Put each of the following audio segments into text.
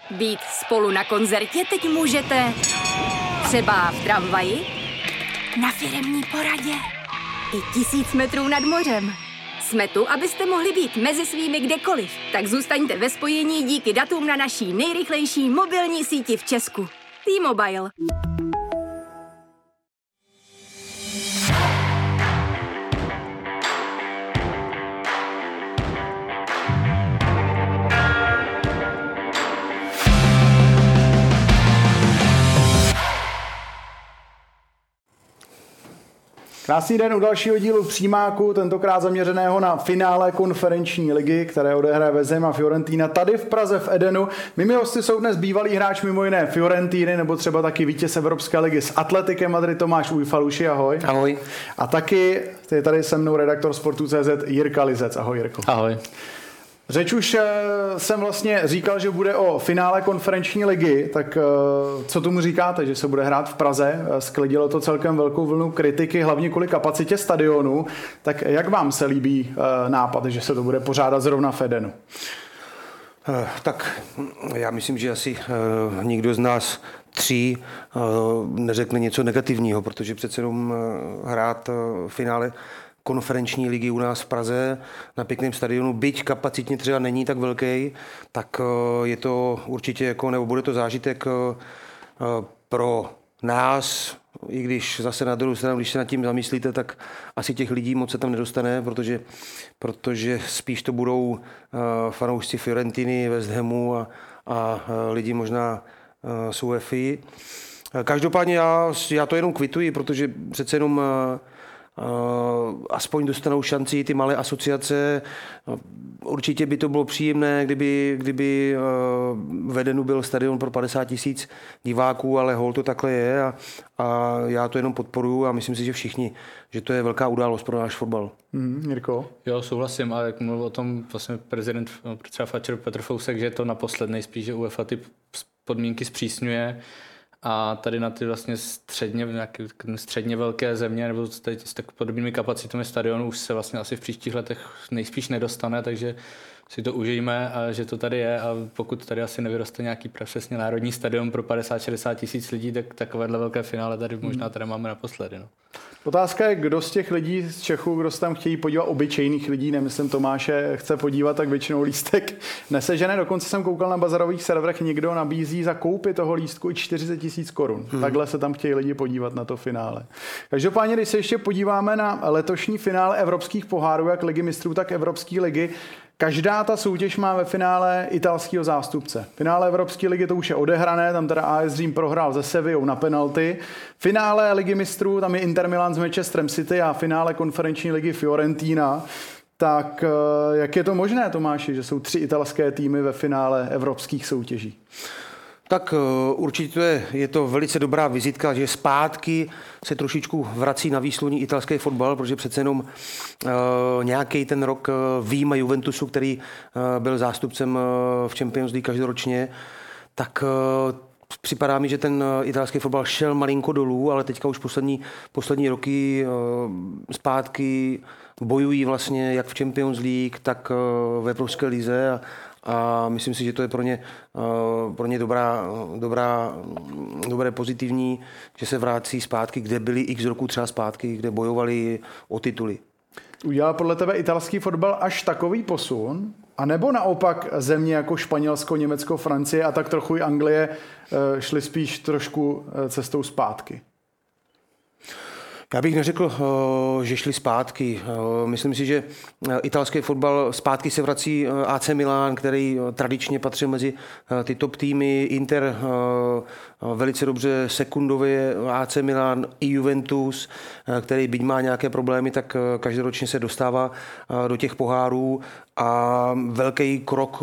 Být spolu na koncertě teď můžete třeba v tramvaji, na firemní poradě i 1000 metrů nad mořem. Jsme tu, abyste mohli být mezi svými kdekoliv. Tak zůstaňte ve spojení díky datům na naší nejrychlejší mobilní síti v Česku. T-Mobile. Krásný den u dalšího dílu Přímáku, tentokrát zaměřeného na finále konferenční ligy, které odehraje Vezem a Fiorentina tady v Praze v Edenu. Mými hosty jsou dnes bývalý hráč mimo jiné Fiorentiny, nebo třeba taky vítěz Evropské ligy s Atletikem Madrid Tomáš Ujfaluši, ahoj. Ahoj. A taky je tady se mnou redaktor Sportu.cz Jirka Lizec, ahoj Jirko. Ahoj. Řeč už jsem vlastně říkal, že bude o finále konferenční ligy, tak co tomu říkáte, že se bude hrát v Praze? Sklidilo to celkem velkou vlnu kritiky, hlavně kvůli kapacitě stadionu. Tak jak vám se líbí nápad, že se to bude pořádat zrovna v Edenu? Tak já myslím, že asi nikdo z nás tří neřekne něco negativního, protože přece jenom hrát finále konferenční ligy u nás v Praze na pěkném stadionu, byť kapacitně třeba není tak velký, tak je to určitě jako, nebo bude to zážitek pro nás, i když zase na druhou stranu, když se nad tím zamyslíte, tak asi těch lidí moc se tam nedostane, protože spíš to budou fanoušci Fiorentiny, West Hamu a lidi možná z UEFI. Každopádně já to jenom kvituji, protože přece jenom aspoň dostanou šanci ty malé asociace. Určitě by to bylo příjemné, kdyby v Edenu byl stadion pro 50 000 diváků, ale hol to takhle je a já to jenom podporuji a myslím si, že všichni, že to je velká událost pro náš fotbal. Jirko? Jo, souhlasím, ale jak mluvil o tom vlastně prezident třeba Fatcher Petr Fousek, že je to naposled nejspíš, že UEFA ty podmínky zpřísňuje. A tady na ty vlastně středně velké země nebo s tak podobnými kapacitami stadionu už se vlastně asi v příštích letech nejspíš nedostane, takže si to užijeme a že to tady je a pokud tady asi nevyroste nějaký přesně národní stadion pro 50-60 tisíc lidí, tak takovéhle velké finále tady možná tady máme naposledy. No. Otázka je, kdo z těch lidí z Čechů, kdo se tam chtějí podívat, obyčejných lidí, nemyslím Tomáše, chce podívat, tak většinou lístek nesežené. Dokonce jsem koukal na bazarových serverech, někdo nabízí za koupy toho lístku i 40 000 korun. Takhle se tam chtějí lidi podívat na to finále. Každopádně, když se ještě podíváme na letošní finále evropských pohárů, jak Ligy mistrů, tak Evropské ligy, každá ta soutěž má ve finále italského zástupce. Finále Evropské ligy to už je odehrané, tam teda AS Řím prohrál se Sevillou na penalty. Finále Ligy mistrů, tam je Inter Milan s Manchesterem City a finále konferenční ligy Fiorentina. Tak jak je to možné, Tomáši, že jsou 3 italské týmy ve finále evropských soutěží? Tak určitě je to velice dobrá vizitka, že zpátky se trošičku vrací na výsluní italský fotbal, protože přece jenom nějaký ten rok vyjma Juventusu, který byl zástupcem v Champions League každoročně, tak připadá mi, že ten italský fotbal šel malinko dolů, ale teďka už poslední roky zpátky bojují vlastně jak v Champions League, tak v Evropské lize a myslím si, že to je pro ně dobré pozitivní, že se vrací zpátky, kde byli x roku třeba zpátky, kde bojovali o tituly. Udělal podle tebe italský fotbal až takový posun? A nebo naopak země jako Španělsko, Německo, Francie a tak trochu i Anglie šly spíš trošku cestou zpátky? Já bych neřekl, že šli zpátky. Myslím si, že italský fotbal zpátky se vrací AC Milan, který tradičně patří mezi ty top týmy. Inter velice dobře sekundově AC Milan i Juventus, který byť má nějaké problémy, tak každoročně se dostává do těch pohárů a velký krok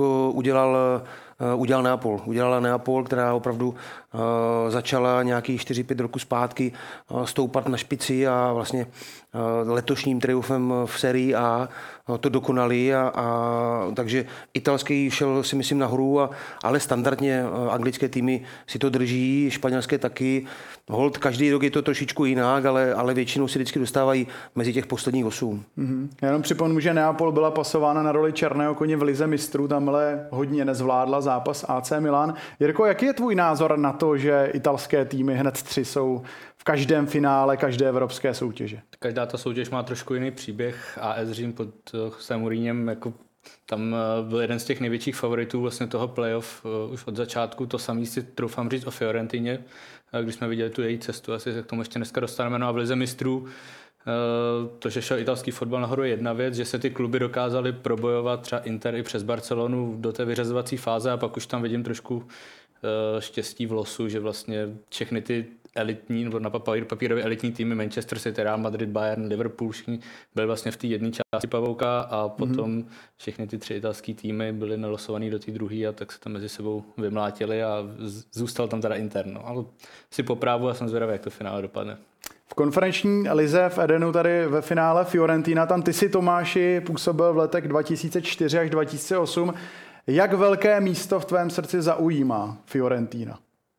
udělala Neapol, která opravdu začala nějaký 4-5 roku zpátky stoupat na špici a vlastně letošním triumfem v sérii A to dokonali takže italský šel si myslím nahoru, ale standardně anglické týmy si to drží, španělské taky. Hold, každý rok je to trošičku jinak, ale většinou si vždycky dostávají mezi těch posledních 8. Já jenom připomenu, že Neapol byla pasována na roli černého koně v Lize mistrů, tamhle hodně nezvládla zápas AC Milan. Jirko, jaký je tvůj názor na to, že italské týmy hned 3 jsou v každém finále každé evropské soutěže? Každá ta soutěž má trošku jiný příběh. AS Řím pod José Mourinhem, jako tam byl jeden z těch největších favoritů vlastně toho playoff už od začátku. To samý si troufám říct o Fiorentině, když jsme viděli tu její cestu, asi se k tomu ještě dneska dostaneme. No a v Lize mistrů to, že šel italský fotbal nahoru je jedna věc, že se ty kluby dokázaly probojovat třeba Inter i přes Barcelonu do té vyřazovací fáze a pak už tam vidím trošku štěstí v losu, že vlastně všechny ty elitní, nebo na papírově elitní týmy Manchester City, Real Madrid, Bayern, Liverpool, všichni byli vlastně v té jedné části pavouka a potom všechny ty 3 italské týmy byly nalosovaný do té druhé a tak se tam mezi sebou vymlátili a zůstal tam teda Inter. No. Ale si po právu a jsem zvědavý, jak to finále dopadne. V konferenční lize v Edenu tady ve finále Fiorentina, tam ty si, Tomáši, působil v letech 2004 až 2008. Jak velké místo v tvém srdci zaujímá Fiorentina?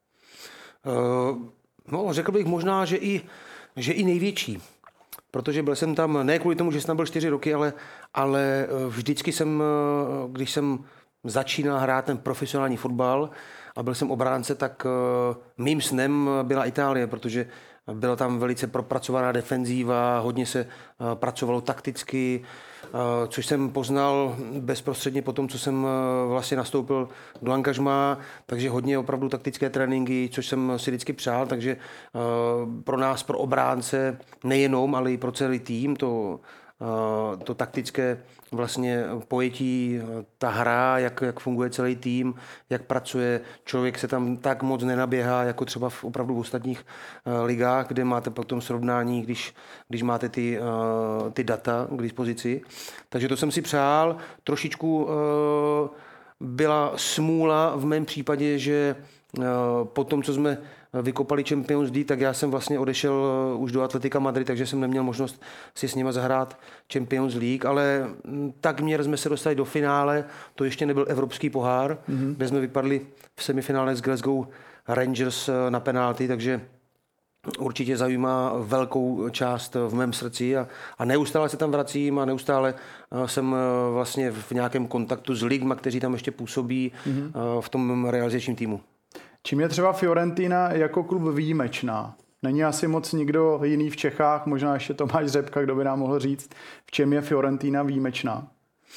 No, řekl bych možná, že i největší. Protože byl jsem tam, ne kvůli tomu, že jsem tam byl 4 roky, ale vždycky když jsem začínal hrát ten profesionální fotbal a byl jsem obránce, tak mým snem byla Itálie, protože byla tam velice propracovaná defenzíva, hodně se pracovalo takticky, což jsem poznal bezprostředně po tom, co jsem vlastně nastoupil do angažmá, takže hodně opravdu taktické tréninky, což jsem si vždycky přál, takže pro nás, pro obránce, nejenom, ale i pro celý tým, to taktické vlastně pojetí, ta hra, jak funguje celý tým, jak pracuje, člověk se tam tak moc nenaběhá, jako třeba opravdu v ostatních ligách, kde máte potom srovnání, když máte ty data k dispozici. Takže to jsem si přál. Trošičku byla smůla v mém případě, že po tom, co jsme vykopali Champions League, tak já jsem vlastně odešel už do Atletica Madrid, takže jsem neměl možnost si s nima zahrát Champions League, ale tak měr jsme se dostali do finále, to ještě nebyl Evropský pohár, kde jsme vypadli v semifinále s Glasgow Rangers na penalty, takže určitě zajímá velkou část v mém srdci a neustále se tam vracím a neustále jsem vlastně v nějakém kontaktu s lidmi, kteří tam ještě působí v tom realizačním týmu. Čím je třeba Fiorentina jako klub výjimečná? Není asi moc nikdo jiný v Čechách, možná ještě Tomáš Řepka, kdo by nám mohl říct, v čem je Fiorentina výjimečná?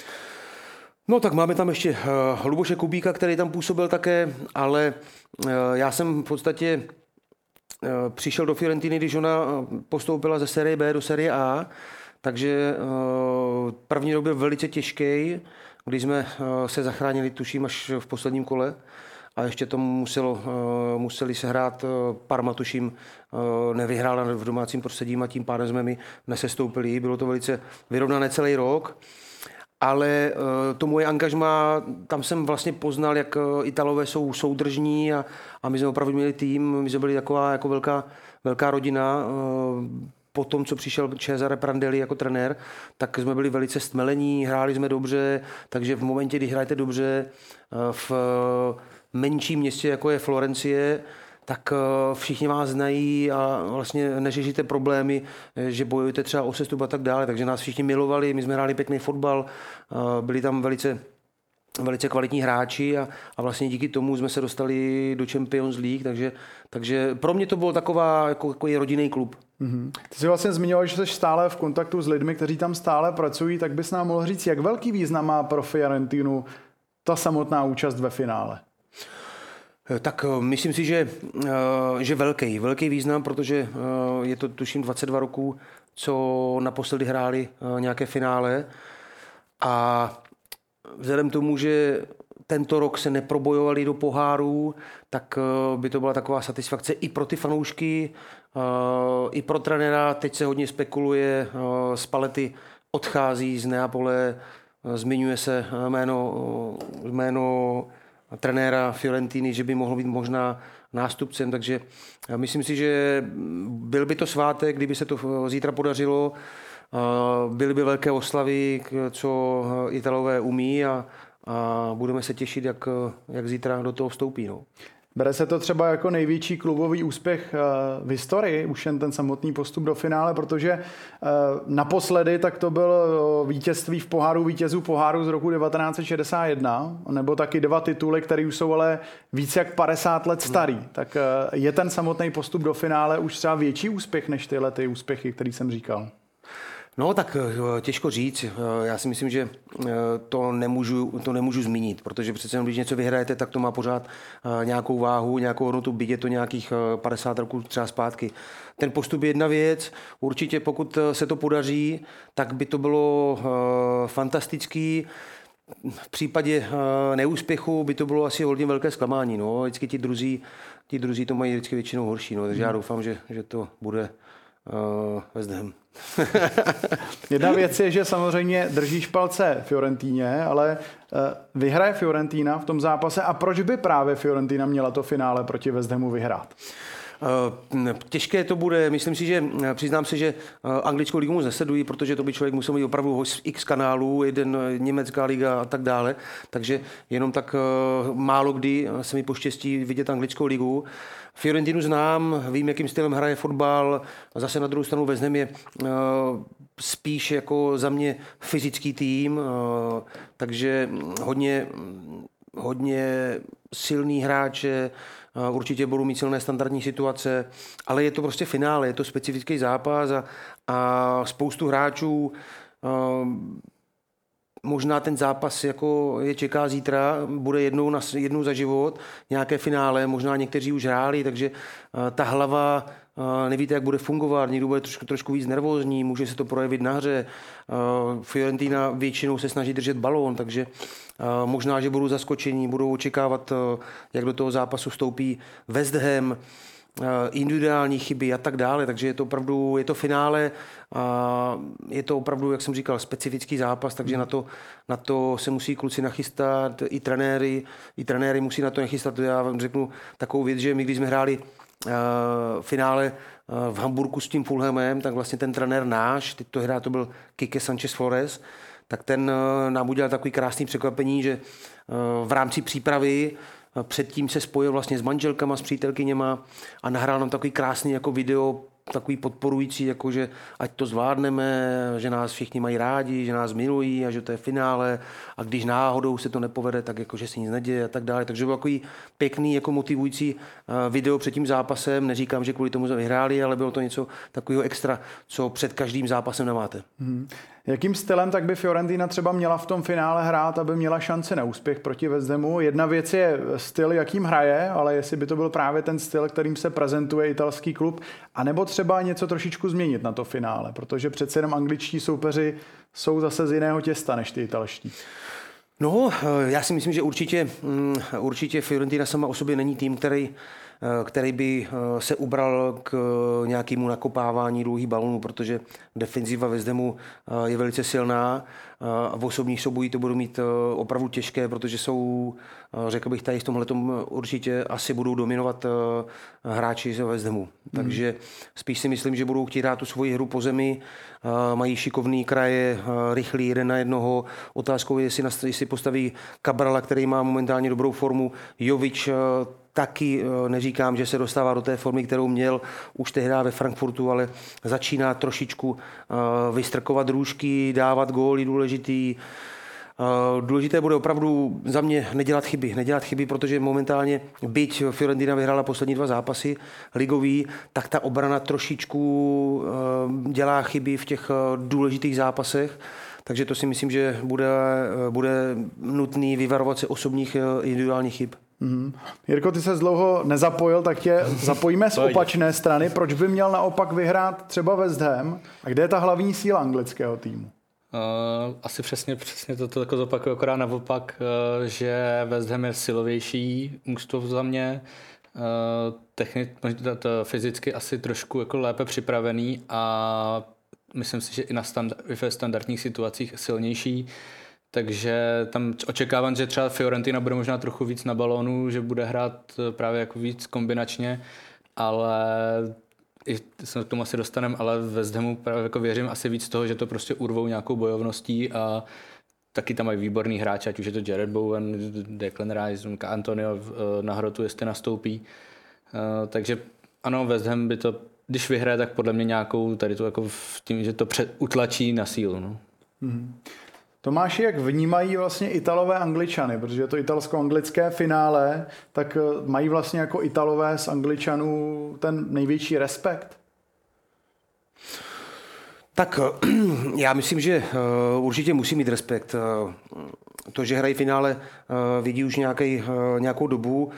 No tak máme tam ještě Luboše Kubíka, který tam působil také, ale já jsem v podstatě přišel do Fiorentiny, když ona postoupila ze série B do série A, takže první rok byl velice těžký, když jsme se zachránili, tuším, až v posledním kole. A ještě to museli se hrát, Parma tuším nevyhrála v domácím prostředí a tím pádem jsme mi nesestoupili. Bylo to velice vyrovnané celý rok. Ale to moje angažmá, tam jsem vlastně poznal, jak Italové jsou soudržní a my jsme opravdu měli tým, my jsme byli taková jako velká rodina. Po tom, co přišel Cesare Prandelli jako trenér, tak jsme byli velice stmelení, hráli jsme dobře, takže v momentě, kdy hrajete dobře v menším městě, jako je Florencie, tak všichni vás znají a vlastně neřešíte problémy, že bojujete třeba o sestup a tak dále, takže nás všichni milovali, my jsme hráli pěkný fotbal, byli tam velice kvalitní hráči a vlastně díky tomu jsme se dostali do Champions League, takže pro mě to bylo taková jako rodinný klub. Ty jsi vlastně zmiňoval, že jsi stále v kontaktu s lidmi, kteří tam stále pracují, tak bys nám mohl říct, jak velký význam má pro Fiorentinu ta samotná účast ve finále? Tak myslím si, že velký význam, protože je to tuším 22 roků, co naposledy hráli nějaké finále a vzhledem k tomu, že tento rok se neprobojovali do pohárů, tak by to byla taková satisfakce i pro ty fanoušky, i pro trenéra. Teď se hodně spekuluje, Spalletti odchází z Neapole, zmiňuje se jméno trenéra Fiorentiny, že by mohl být možná nástupcem, takže myslím si, že byl by to svátek, kdyby se to zítra podařilo, byly by velké oslavy, co Italové umí a budeme se těšit, jak zítra do toho vstoupí. No. Bere se to třeba jako největší klubový úspěch v historii, už jen ten samotný postup do finále, protože naposledy tak to bylo vítězství v poháru vítězů poháru z roku 1961, nebo taky 2 tituly, které už jsou ale víc jak 50 let starý. Tak je ten samotný postup do finále už třeba větší úspěch než tyhle ty úspěchy, který jsem říkal? No tak těžko říct. Já si myslím, že to nemůžu zmínit, protože přece jenom, když něco vyhrajete, tak to má pořád nějakou váhu, nějakou hodnotu, byť je to nějakých 50 roků třeba zpátky. Ten postup je jedna věc. Určitě pokud se to podaří, tak by to bylo fantastický. V případě neúspěchu by to bylo asi hodně velké zklamání. No. Vždycky ti druzí to mají vždycky většinou horší. No. Takže já doufám, že to bude West Ham. Jedna věc je, že samozřejmě držíš palce Fiorentíně, ale vyhraje Fiorentina v tom zápase a proč by právě Fiorentina měla to finále proti West Hamu vyhrát? Těžké to bude, myslím si, že přiznám se, že anglickou ligu moc nesledují, protože to by člověk musel mít opravdu x kanálů, jeden německá liga a tak dále, takže jenom tak málo kdy se mi poštěstí vidět anglickou ligu. Fiorentinu znám, vím, jakým stylem hraje fotbal, a zase na druhou stranu West Ham je spíš jako za mě fyzický tým, takže hodně silný hráče, určitě budou mít silné standardní situace, ale je to prostě finále, je to specifický zápas a spoustu hráčů možná ten zápas jako je čeká zítra, bude jednou za život, nějaké finále, možná někteří už hráli, takže ta hlava nevíte, jak bude fungovat, někdo bude trošku víc nervózní, může se to projevit na hře. Fiorentina většinou se snaží držet balón, takže možná, že budou zaskočení, budou očekávat, jak do toho zápasu vstoupí West Ham, individuální chyby a tak dále, takže je to finále a je to opravdu, jak jsem říkal, specifický zápas, takže na to se musí kluci nachystat, i trenéry musí na to nachystat. Já vám řeknu takovou věc, že my, když jsme hráli finále v Hamburku s tím Fulhamem, tak vlastně ten trenér náš, teď to byl Quique Sánchez Flores, tak ten nám udělal takový krásný překvapení, že v rámci přípravy předtím se spojil vlastně s manželkama, s přítelkyněma a nahrál nám takový krásný jako video, takový podporující, jako že ať to zvládneme, že nás všichni mají rádi, že nás milují a že to je finále a když náhodou se to nepovede, tak jako, že se nic neděje a tak dále. Takže byl takový pěkný, jako motivující video před tím zápasem. Neříkám, že kvůli tomu jsme vyhráli, ale bylo to něco takového extra, co před každým zápasem nemáte. Jakým stylem tak by Fiorentina třeba měla v tom finále hrát, aby měla šanci na úspěch proti West Hamu? Jedna věc je styl, jakým hraje, ale jestli by to byl právě ten styl, kterým se prezentuje italský klub, anebo třeba něco trošičku změnit na to finále, protože přece jenom angličtí soupeři jsou zase z jiného těsta než ty italští. No, já si myslím, že určitě Fiorentina sama o sobě není tým, který by se ubral k nějakému nakopávání dlouhých balonů, protože defenziva West Hamu je velice silná a v osobních soubojích to budou mít opravdu těžké, protože jsou, řekl bych, tady v tomhletom určitě asi budou dominovat hráči z West Hamu. Takže spíš si myslím, že budou chtít hrát tu svoji hru po zemi, mají šikovný kraje, rychlý 1 na 1. Otázkou je, jestli postaví Cabrala, který má momentálně dobrou formu, Jovič taky neříkám, že se dostává do té formy, kterou měl už tehdy ve Frankfurtu, ale začíná trošičku vystrkovat růžky, dávat góly důležitý. Důležité bude opravdu za mě nedělat chyby, protože momentálně, byť Fiorentina vyhrála poslední 2 zápasy ligový, tak ta obrana trošičku dělá chyby v těch důležitých zápasech. Takže to si myslím, že bude nutný vyvarovat se osobních individuálních chyb. Jirko, ty se dlouho nezapojil, tak tě zapojíme z opačné strany. Proč by měl naopak vyhrát třeba West Ham? A kde je ta hlavní síla anglického týmu? Asi přesně to jako zopakuju, akorát naopak, že West Ham je silovější mužstvo za mě, fyzicky asi trošku jako lépe připravený a myslím si, že i ve standardních situacích silnější. takže tam očekávám, že třeba Fiorentina bude možná trochu víc na balónu, že bude hrát právě jako víc kombinačně, ale i se k tomu asi dostaneme, ale ve West Hamu právě jako věřím asi víc toho, že to prostě urvou nějakou bojovností a taky tam mají výborný hráč, ať už je to Jared Bowen, Declan Rice, Antonio na hrotu, jestli nastoupí. Takže ano, West Ham by to, když vyhraje, tak podle mě nějakou tady to jako v tím, že to utlačí na sílu. No. Tomáši, jak vnímají vlastně Italové Angličany, protože je to italsko-anglické finále, tak mají vlastně jako Italové z Angličanů ten největší respekt? Tak já myslím, že určitě musí mít respekt. To, že hrají finále, vidí už nějakou dobu.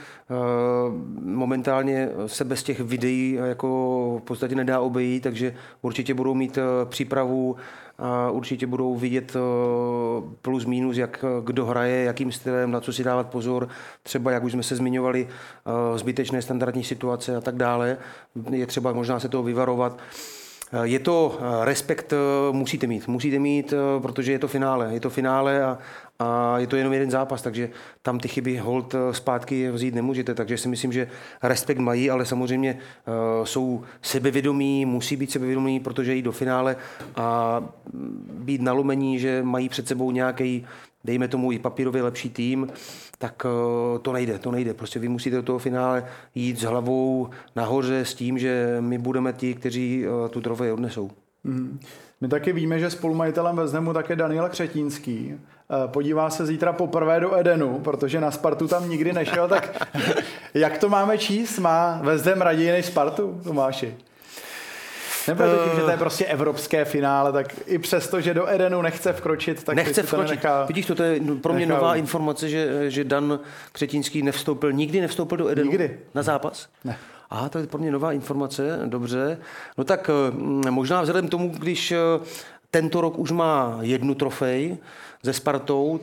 Momentálně se bez těch videí jako v podstatě nedá obejít, takže určitě budou mít přípravu, určitě budou vidět plus minus, jak kdo hraje, jakým stylem, na co si dávat pozor. Třeba, jak už jsme se zmiňovali, zbytečné standardní situace a tak dále. Je třeba možná se toho vyvarovat. Je to respekt, musíte mít, protože je to finále a je to jenom jeden zápas, takže tam ty chyby hold zpátky vzít nemůžete, takže si myslím, že respekt mají, ale samozřejmě jsou sebevědomí, musí být sebevědomí, protože jdou do finále a být nalomení, že mají před sebou nějaký, dejme tomu i papírově lepší tým, tak to nejde. Prostě vy musíte do toho finále jít s hlavou nahoře s tím, že my budeme ti, kteří tu trofej odnesou. My taky víme, že spolumajitelem West Hamu tak je Daniel Křetínský. Podívá se zítra poprvé do Edenu, protože na Spartu tam nikdy nešel, tak jak to máme číst? Má West Ham raději než Spartu, Tomáši? Nebo je to tím, že to je prostě evropské finále, tak i přesto, že do Edenu nechce vkročit, tak nechce vkročit. Vidíš, to je pro mě nová informace, že Dan Křetínský nikdy nevstoupil do Edenu na zápas? Ne. Aha, to je pro mě nová informace, dobře. No tak možná vzhledem k tomu, když tento rok už má 1 trofej se Spartou,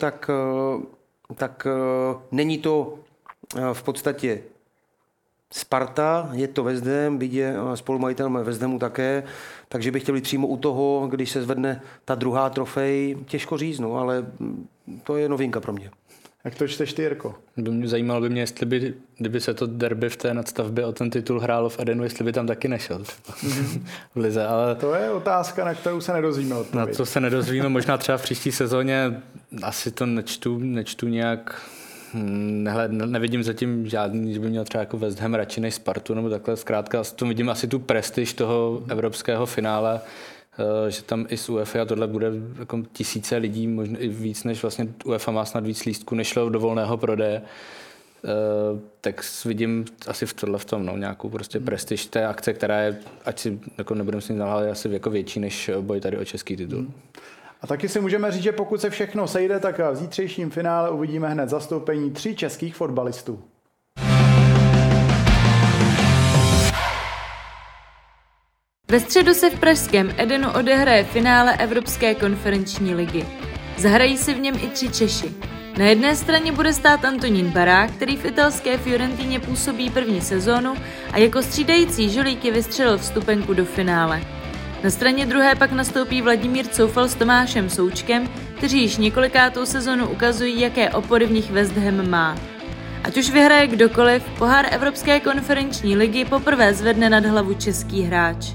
tak není to v podstatě Sparta, je to West Ham, byť je spolumajitelem West Hamu také, takže bych chtěl být přímo u toho, když se zvedne ta druhá trofej, těžko říct, no, ale to je novinka pro mě. Jak to čteš ty, Jirko? Zajímalo by mě, jestli kdyby se to derby v té nadstavbě o ten titul hrálo v Edenu, jestli by tam taky nešel v lize, ale... To je otázka, na kterou se nedozvíme odpověď. Na to se nedozvíme, možná třeba v příští sezóně, asi to nečtu nějak, nevidím zatím žádný, že by měl třeba jako West Ham radši než Spartu, nebo takhle zkrátka, to vidím asi tu prestiž toho evropského finále, že tam i z UEFA tohle bude jako tisíce lidí, možná i víc, než vlastně UEFA má snad víc lístků, než šlo do volného prodeje. Tak vidím asi v tom nějakou prostě prestiž té akce, která je, ať si jako nebudeme si nalhávat, asi jako větší než boj tady o český titul. A taky si můžeme říct, že pokud se všechno sejde, tak v zítřejším finále uvidíme hned zastoupení 3 českých fotbalistů. Ve středu se v pražském Edenu odehraje finále Evropské konferenční ligy. Zahrají si v něm i 3 Češi. Na jedné straně bude stát Antonín Barák, který v italské Fiorentině působí první sezónu a jako střídající žolíky vystřelil vstupenku do finále. Na straně druhé pak nastoupí Vladimír Coufal s Tomášem Součkem, kteří již několikátou sezonu ukazují, jaké opory v nich West Ham má. Ať už vyhraje kdokoliv, pohár Evropské konferenční ligy poprvé zvedne nad hlavu český hráč.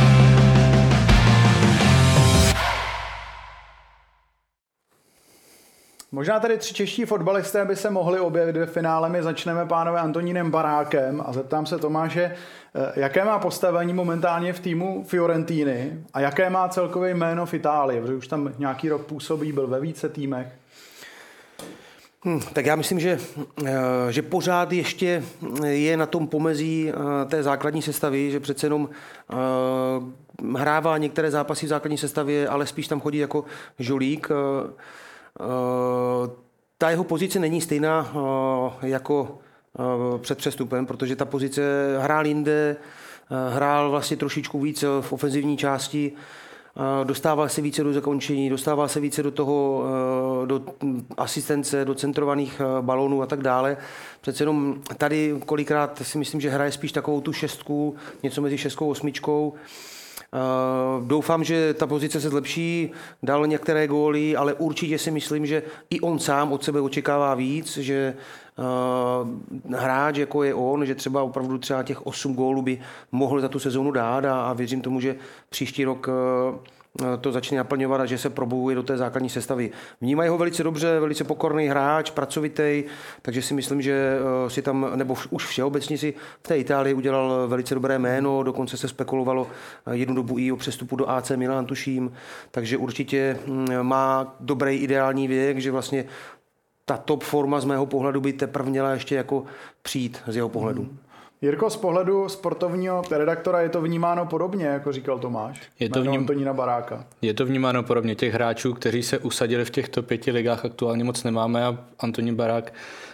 Možná tady 3 čeští fotbalisté by se mohli objevit ve finále. My začneme, pánové, Antonínem Barákem a zeptám se Tomáše, jaké má postavení momentálně v týmu Fiorentíny a jaké má celkové jméno v Itálii, protože už tam nějaký rok působí, byl ve více týmech. Tak já myslím, že pořád ještě je na tom pomezí té základní sestavy, že přece jenom hrává některé zápasy v základní sestavě, ale spíš tam chodí jako žolík. Ta jeho pozice není stejná jako před přestupem, protože ta pozice hrál jinde, hrál vlastně trošičku víc v ofenzivní části, dostával se více do zakončení, dostával se více do toho, do asistence, do centrovaných balónů a tak dále. Přece jenom tady kolikrát si myslím, že hraje spíš takovou tu 6, něco mezi 6 a 8. Doufám, že ta pozice se zlepší, dal některé góly, ale určitě si myslím, že i on sám od sebe očekává víc, že hráč, jako je on, že třeba opravdu třeba těch 8 gólů by mohl za tu sezónu dát a věřím tomu, že příští rok to začne naplňovat a že se probujuje do té základní sestavy. Vnímají ho velice dobře, velice pokorný hráč, pracovitý, takže si myslím, že si tam, nebo už všeobecně si v té Itálii udělal velice dobré jméno, dokonce se spekulovalo jednu dobu i o přestupu do AC Milan, tuším, takže určitě má dobrý ideální věk, že vlastně ta top forma z mého pohledu by teprve měla ještě jako přijít z jeho pohledu. Jirko, z pohledu sportovního redaktora je to vnímáno podobně, jako říkal Tomáš? Je to Antonína Baráka. Je to vnímáno podobně. Těch hráčů, kteří se usadili v těchto 5 ligách, aktuálně moc nemáme a Antonín Barák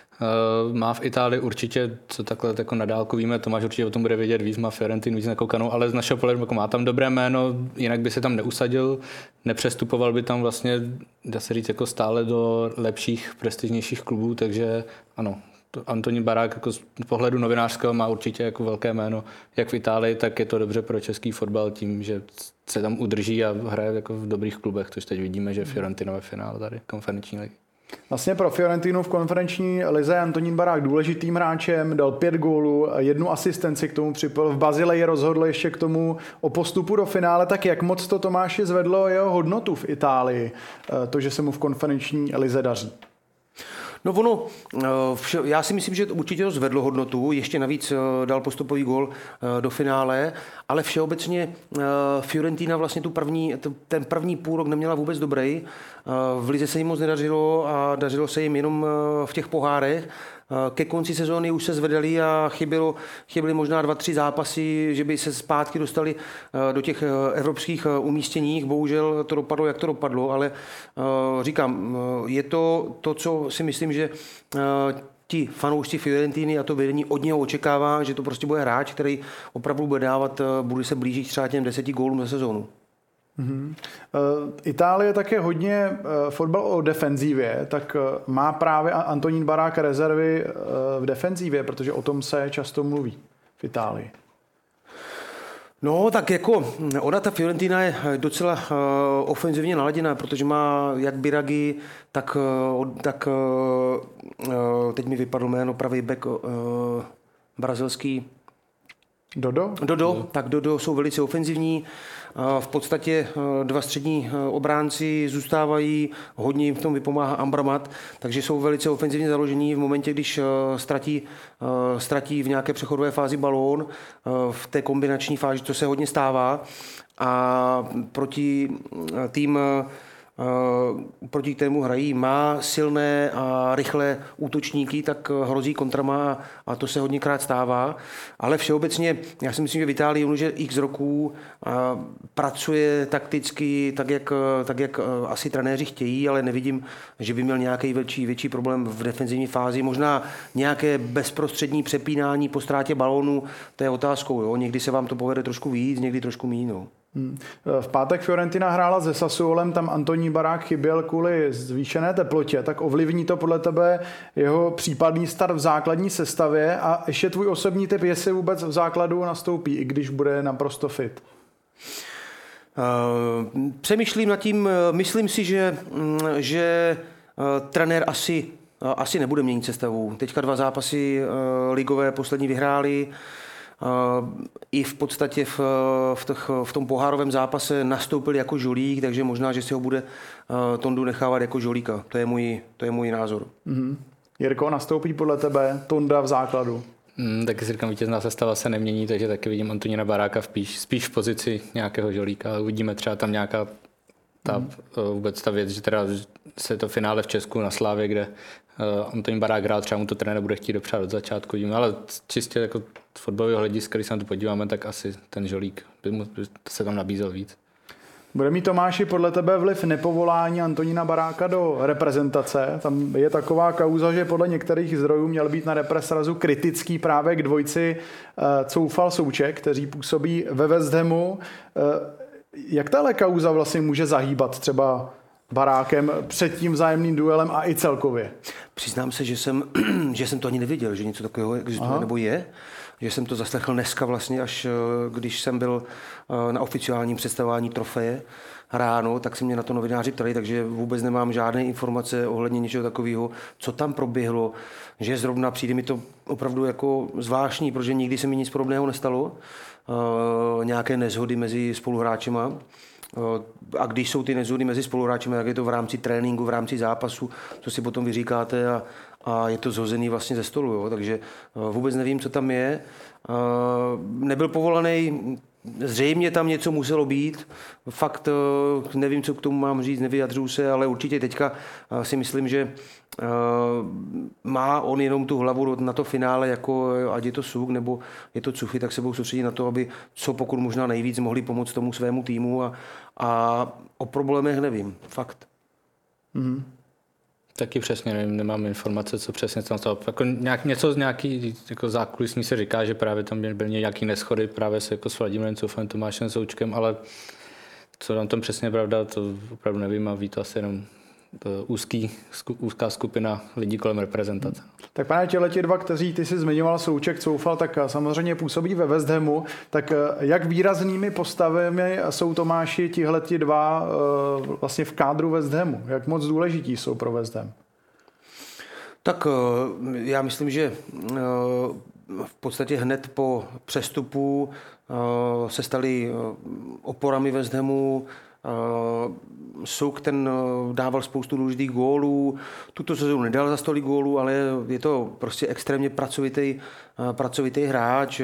má v Itálii určitě, co takhle jako na dálku víme, Tomáš určitě o tom bude vědět víc, má Fiorentinu víc nakoukanou, ale z našeho pohledu jako má tam dobré jméno, jinak by se tam neusadil, nepřestupoval by tam vlastně, dá se říct, jako stále do lepších, prestižnějších klubů, takže ano, Antonín Barák jako z pohledu novinářského má určitě jako velké jméno, jak v Itálii, tak je to dobře pro český fotbal tím, že se tam udrží a hraje jako v dobrých klubech, což teď vidíme, že Fiorentina ve finále tady konferenční ligy. Vlastně pro Fiorentinu v konferenční lize Antonín Barák důležitým hráčem, dal 5 gólů, 1 asistenci k tomu připojil. V Bazileji rozhodl ještě k tomu o postupu do finále. Tak jak moc to Tomáši zvedlo jeho hodnotu v Itálii, to, že se mu v konferenční lize daří? No ono, já si myslím, že určitě to zvedlo hodnotu, ještě navíc dal postupový gól do finále, ale všeobecně Fiorentina vlastně ten první půlrok neměla vůbec dobrý. V lize se jim moc nedařilo a dařilo se jim jenom v těch pohárech. Ke konci sezóny už se zvedali a chyběly možná 2-3 zápasy, že by se zpátky dostali do těch evropských umístěních. Bohužel to dopadlo, jak to dopadlo, ale říkám, je to, co si myslím, že ti fanoušci Fiorentiny a to vedení od něho očekává, že to prostě bude hráč, který opravdu bude se blížit třeba těm 10 gólům za sezónu. Itálie také hodně fotbal o defenzívě, tak má právě Antonín Barák rezervy v defenzívě, protože o tom se často mluví v Itálii. No, tak jako ona, ta Fiorentina je docela ofenzivně naladěná, protože má jak Biraghi, tak teď mi vypadl jméno, pravý back brazilský Dodo, tak Dodo jsou velice ofenzivní. V podstatě 2 střední obránci zůstávají, hodně jim v tom vypomáhá Amrabat, takže jsou velice ofenzivně založení v momentě, když ztratí v nějaké přechodové fázi balón, v té kombinační fázi, co se hodně stává. A proti kterému hrají, má silné a rychlé útočníky, tak hrozí kontrama a to se hodněkrát stává. Ale všeobecně, já si myslím, že v Itálii on už je x roků pracuje takticky tak, jak asi trenéři chtějí, ale nevidím, že by měl nějaký větší problém v defenzivní fázi. Možná nějaké bezprostřední přepínání po ztrátě balónu, to je otázkou. Jo? Někdy se vám to povede trošku víc, někdy trošku míň. No. V pátek Fiorentina hrála se Sassuolem, tam Antonín Barák chyběl kvůli zvýšené teplotě, tak ovlivní to podle tebe jeho případný start v základní sestavě a ještě tvůj osobní tip, jestli vůbec v základu nastoupí, i když bude naprosto fit? Přemýšlím nad tím, myslím si, že trenér asi nebude měnit sestavu. Teďka 2 zápasy ligové poslední vyhráli, i v podstatě v tom pohárovém zápase nastoupil jako žolík, takže možná, že si ho bude Tondu nechávat jako žolíka. To je můj názor. Jirko, nastoupí podle tebe Tonda v základu? Taky si říkám, vítězná sestava se nemění, takže taky vidím Antonína Baráka spíš v pozici nějakého žolíka, ale uvidíme třeba tam nějaká vůbec ta věc, že teda se to finále v Česku na Slávě, kde Antonín Barák hrál, třeba mu to trenér bude chtít dopřát od začátku, ale čistě jako z fotbalového hlediska, když se na to podíváme, tak asi ten žolík by se tam nabízel víc. Bude mít, Tomáši, podle tebe vliv nepovolání Antonína Baráka do reprezentace? Tam je taková kauza, že podle některých zdrojů měl být na represrazu kritický právě k dvojci Coufal-Souček, kteří působí ve West Hamu. Jak tahle kauza vlastně může zahýbat třeba Barákem před tím vzájemným duelem a i celkově? Přiznám se, že jsem to ani nevěděl, že něco takového existuje nebo je. Že jsem to zaslechl dneska vlastně, až když jsem byl na oficiálním představování trofeje ráno, tak se mě na to novináři ptali, takže vůbec nemám žádné informace ohledně něčeho takového, co tam proběhlo, že zrovna přijde mi to opravdu jako zvláštní, protože nikdy se mi nic podobného nestalo, nějaké nezhody mezi spoluhráčema. A když jsou ty nezhody mezi spoluhráčemi, tak je to v rámci tréninku, v rámci zápasu, co si potom vyříkáte a je to zhozený vlastně ze stolu. Jo? Takže vůbec nevím, co tam je. Nebyl povolaný, zřejmě tam něco muselo být. Fakt nevím, co k tomu mám říct, nevyjadřuju se, ale určitě teďka si myslím, že má on jenom tu hlavu na to finále, jako ať je to Suk nebo je to Cufy, tak se budou soustředit na to, aby co pokud možná nejvíc mohli pomoct tomu svému týmu a o problémech nevím, fakt. Mm-hmm. Taky přesně nevím, nemám informace, co přesně tam stalo. Jako něco z nějaký jako zákulisní se říká, že právě tam byly nějaký neschody právě jako s Vladimírem Coufalem, Tomášem Součkem, ale co tam přesně je pravda, to opravdu nevím a ví to asi jenom úzká skupina lidí kolem reprezentace. Tak pane, těhleti dva, kteří ty jsi zmiňoval, Souček, Coufal, tak samozřejmě působí ve West Hamu, tak jak výraznými postavami jsou, Tomáši, tihleti dva vlastně v kádru West Hamu? Jak moc důležití jsou pro West Ham? Tak já myslím, že v podstatě hned po přestupu se stali oporami West Hamu. Souk ten dával spoustu důležitých gólů, tuto sezónu nedal za tolik gólů, ale je to prostě extrémně pracovitý hráč,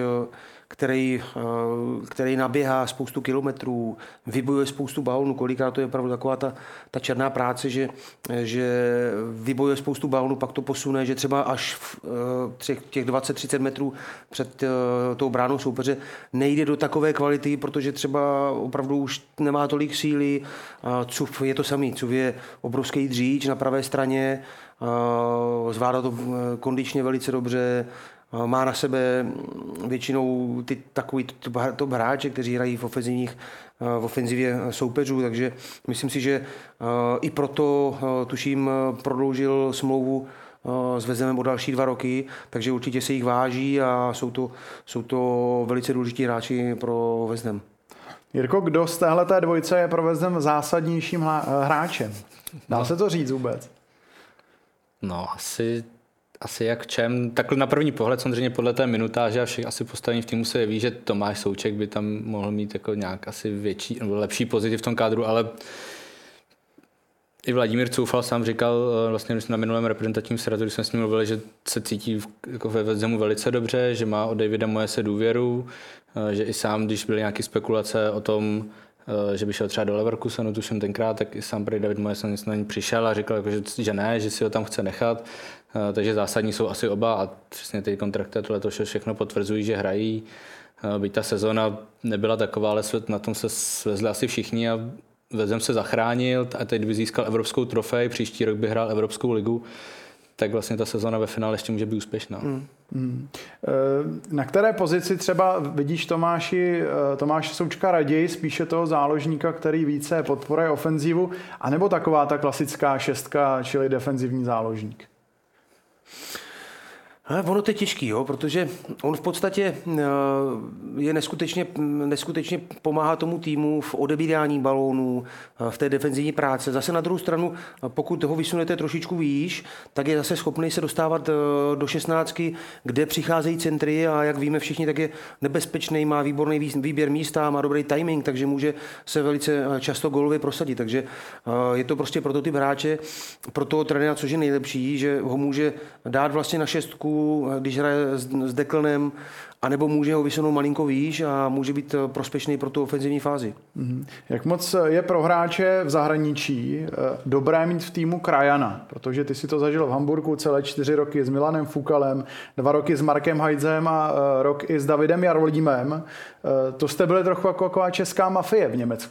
který naběhá spoustu kilometrů, vybojuje spoustu balonů, kolikrát to je opravdu taková ta černá práce, že vybojuje spoustu balonů, pak to posune, že třeba až těch 20-30 metrů před tou bránou soupeře nejde do takové kvality, protože třeba opravdu už nemá tolik síly. Cuf je to samý, Cuf je obrovský dříč na pravé straně, zvládá to kondičně velice dobře, má na sebe většinou takový top hráče, kteří hrají v ofenzivě soupeřů, takže myslím si, že i proto tuším prodloužil smlouvu s West Hamem o další 2 roky, takže určitě se jich váží a jsou to velice důležití hráči pro West Ham. Jirko, kdo z téhleté dvojice je pro West Ham zásadnějším hráčem? Dá se to říct vůbec? No, asi jak čem. Takhle na první pohled samozřejmě podle té minutáže a všech asi postavení v týmu se ví, že Tomáš Souček by tam mohl mít jako nějak asi větší nebo lepší pozici v tom kádru, ale i Vladimír Coufal sám říkal vlastně na minulém reprezentačním srazu, když jsme s ním mluvili, že se cítí jako ve West Hamu velice dobře, že má od Davida Moyese důvěru, že i sám, když byly nějaké spekulace o tom, že by šel třeba do Leverkusenu, tuším tenkrát, tak i sám prý David Moyes na ní přišel a říkal, jako, že ne, že si ho tam chce nechat. Takže zásadní jsou asi oba a přesně ty kontrakty a tohle všechno potvrzují, že hrají. Byť ta sezona nebyla taková, ale na tom se svezli asi všichni a West Ham se zachránil a teď by získal evropskou trofej, příští rok by hrál Evropskou ligu, tak vlastně ta sezona ve finále ještě může být úspěšná. Na které pozici třeba vidíš Tomáše Součka raději, spíše toho záložníka, který více podporuje ofenzivu, anebo taková ta klasická šestka, čili defenzivní záložník? Ono to je těžký, jo, protože on v podstatě je neskutečně pomáhá tomu týmu v odebírání balónů, v té defenzivní práce. Zase na druhou stranu, pokud ho vysunete trošičku výš, tak je zase schopný se dostávat do 16, kde přicházejí centry a jak víme všichni, tak je nebezpečný, má výborný výběr místa, má dobrý timing, takže může se velice často gólově prosadit. Takže je to prostě prototyp hráče, pro toho trenéra, což je nejlepší, že ho může dát vlastně na 6, když hraje s Declanem, anebo může ho vysunout malinko výš a může být prospěšný pro tu ofenzivní fázi. Jak moc je pro hráče v zahraničí dobré mít v týmu krajana? Protože ty si to zažil v Hamburgu celé 4 roky s Milanem Fukalem, 2 roky s Markem Heidzem a rok i s Davidem Jarolímem. To jste byli trochu jako česká mafie v Německu.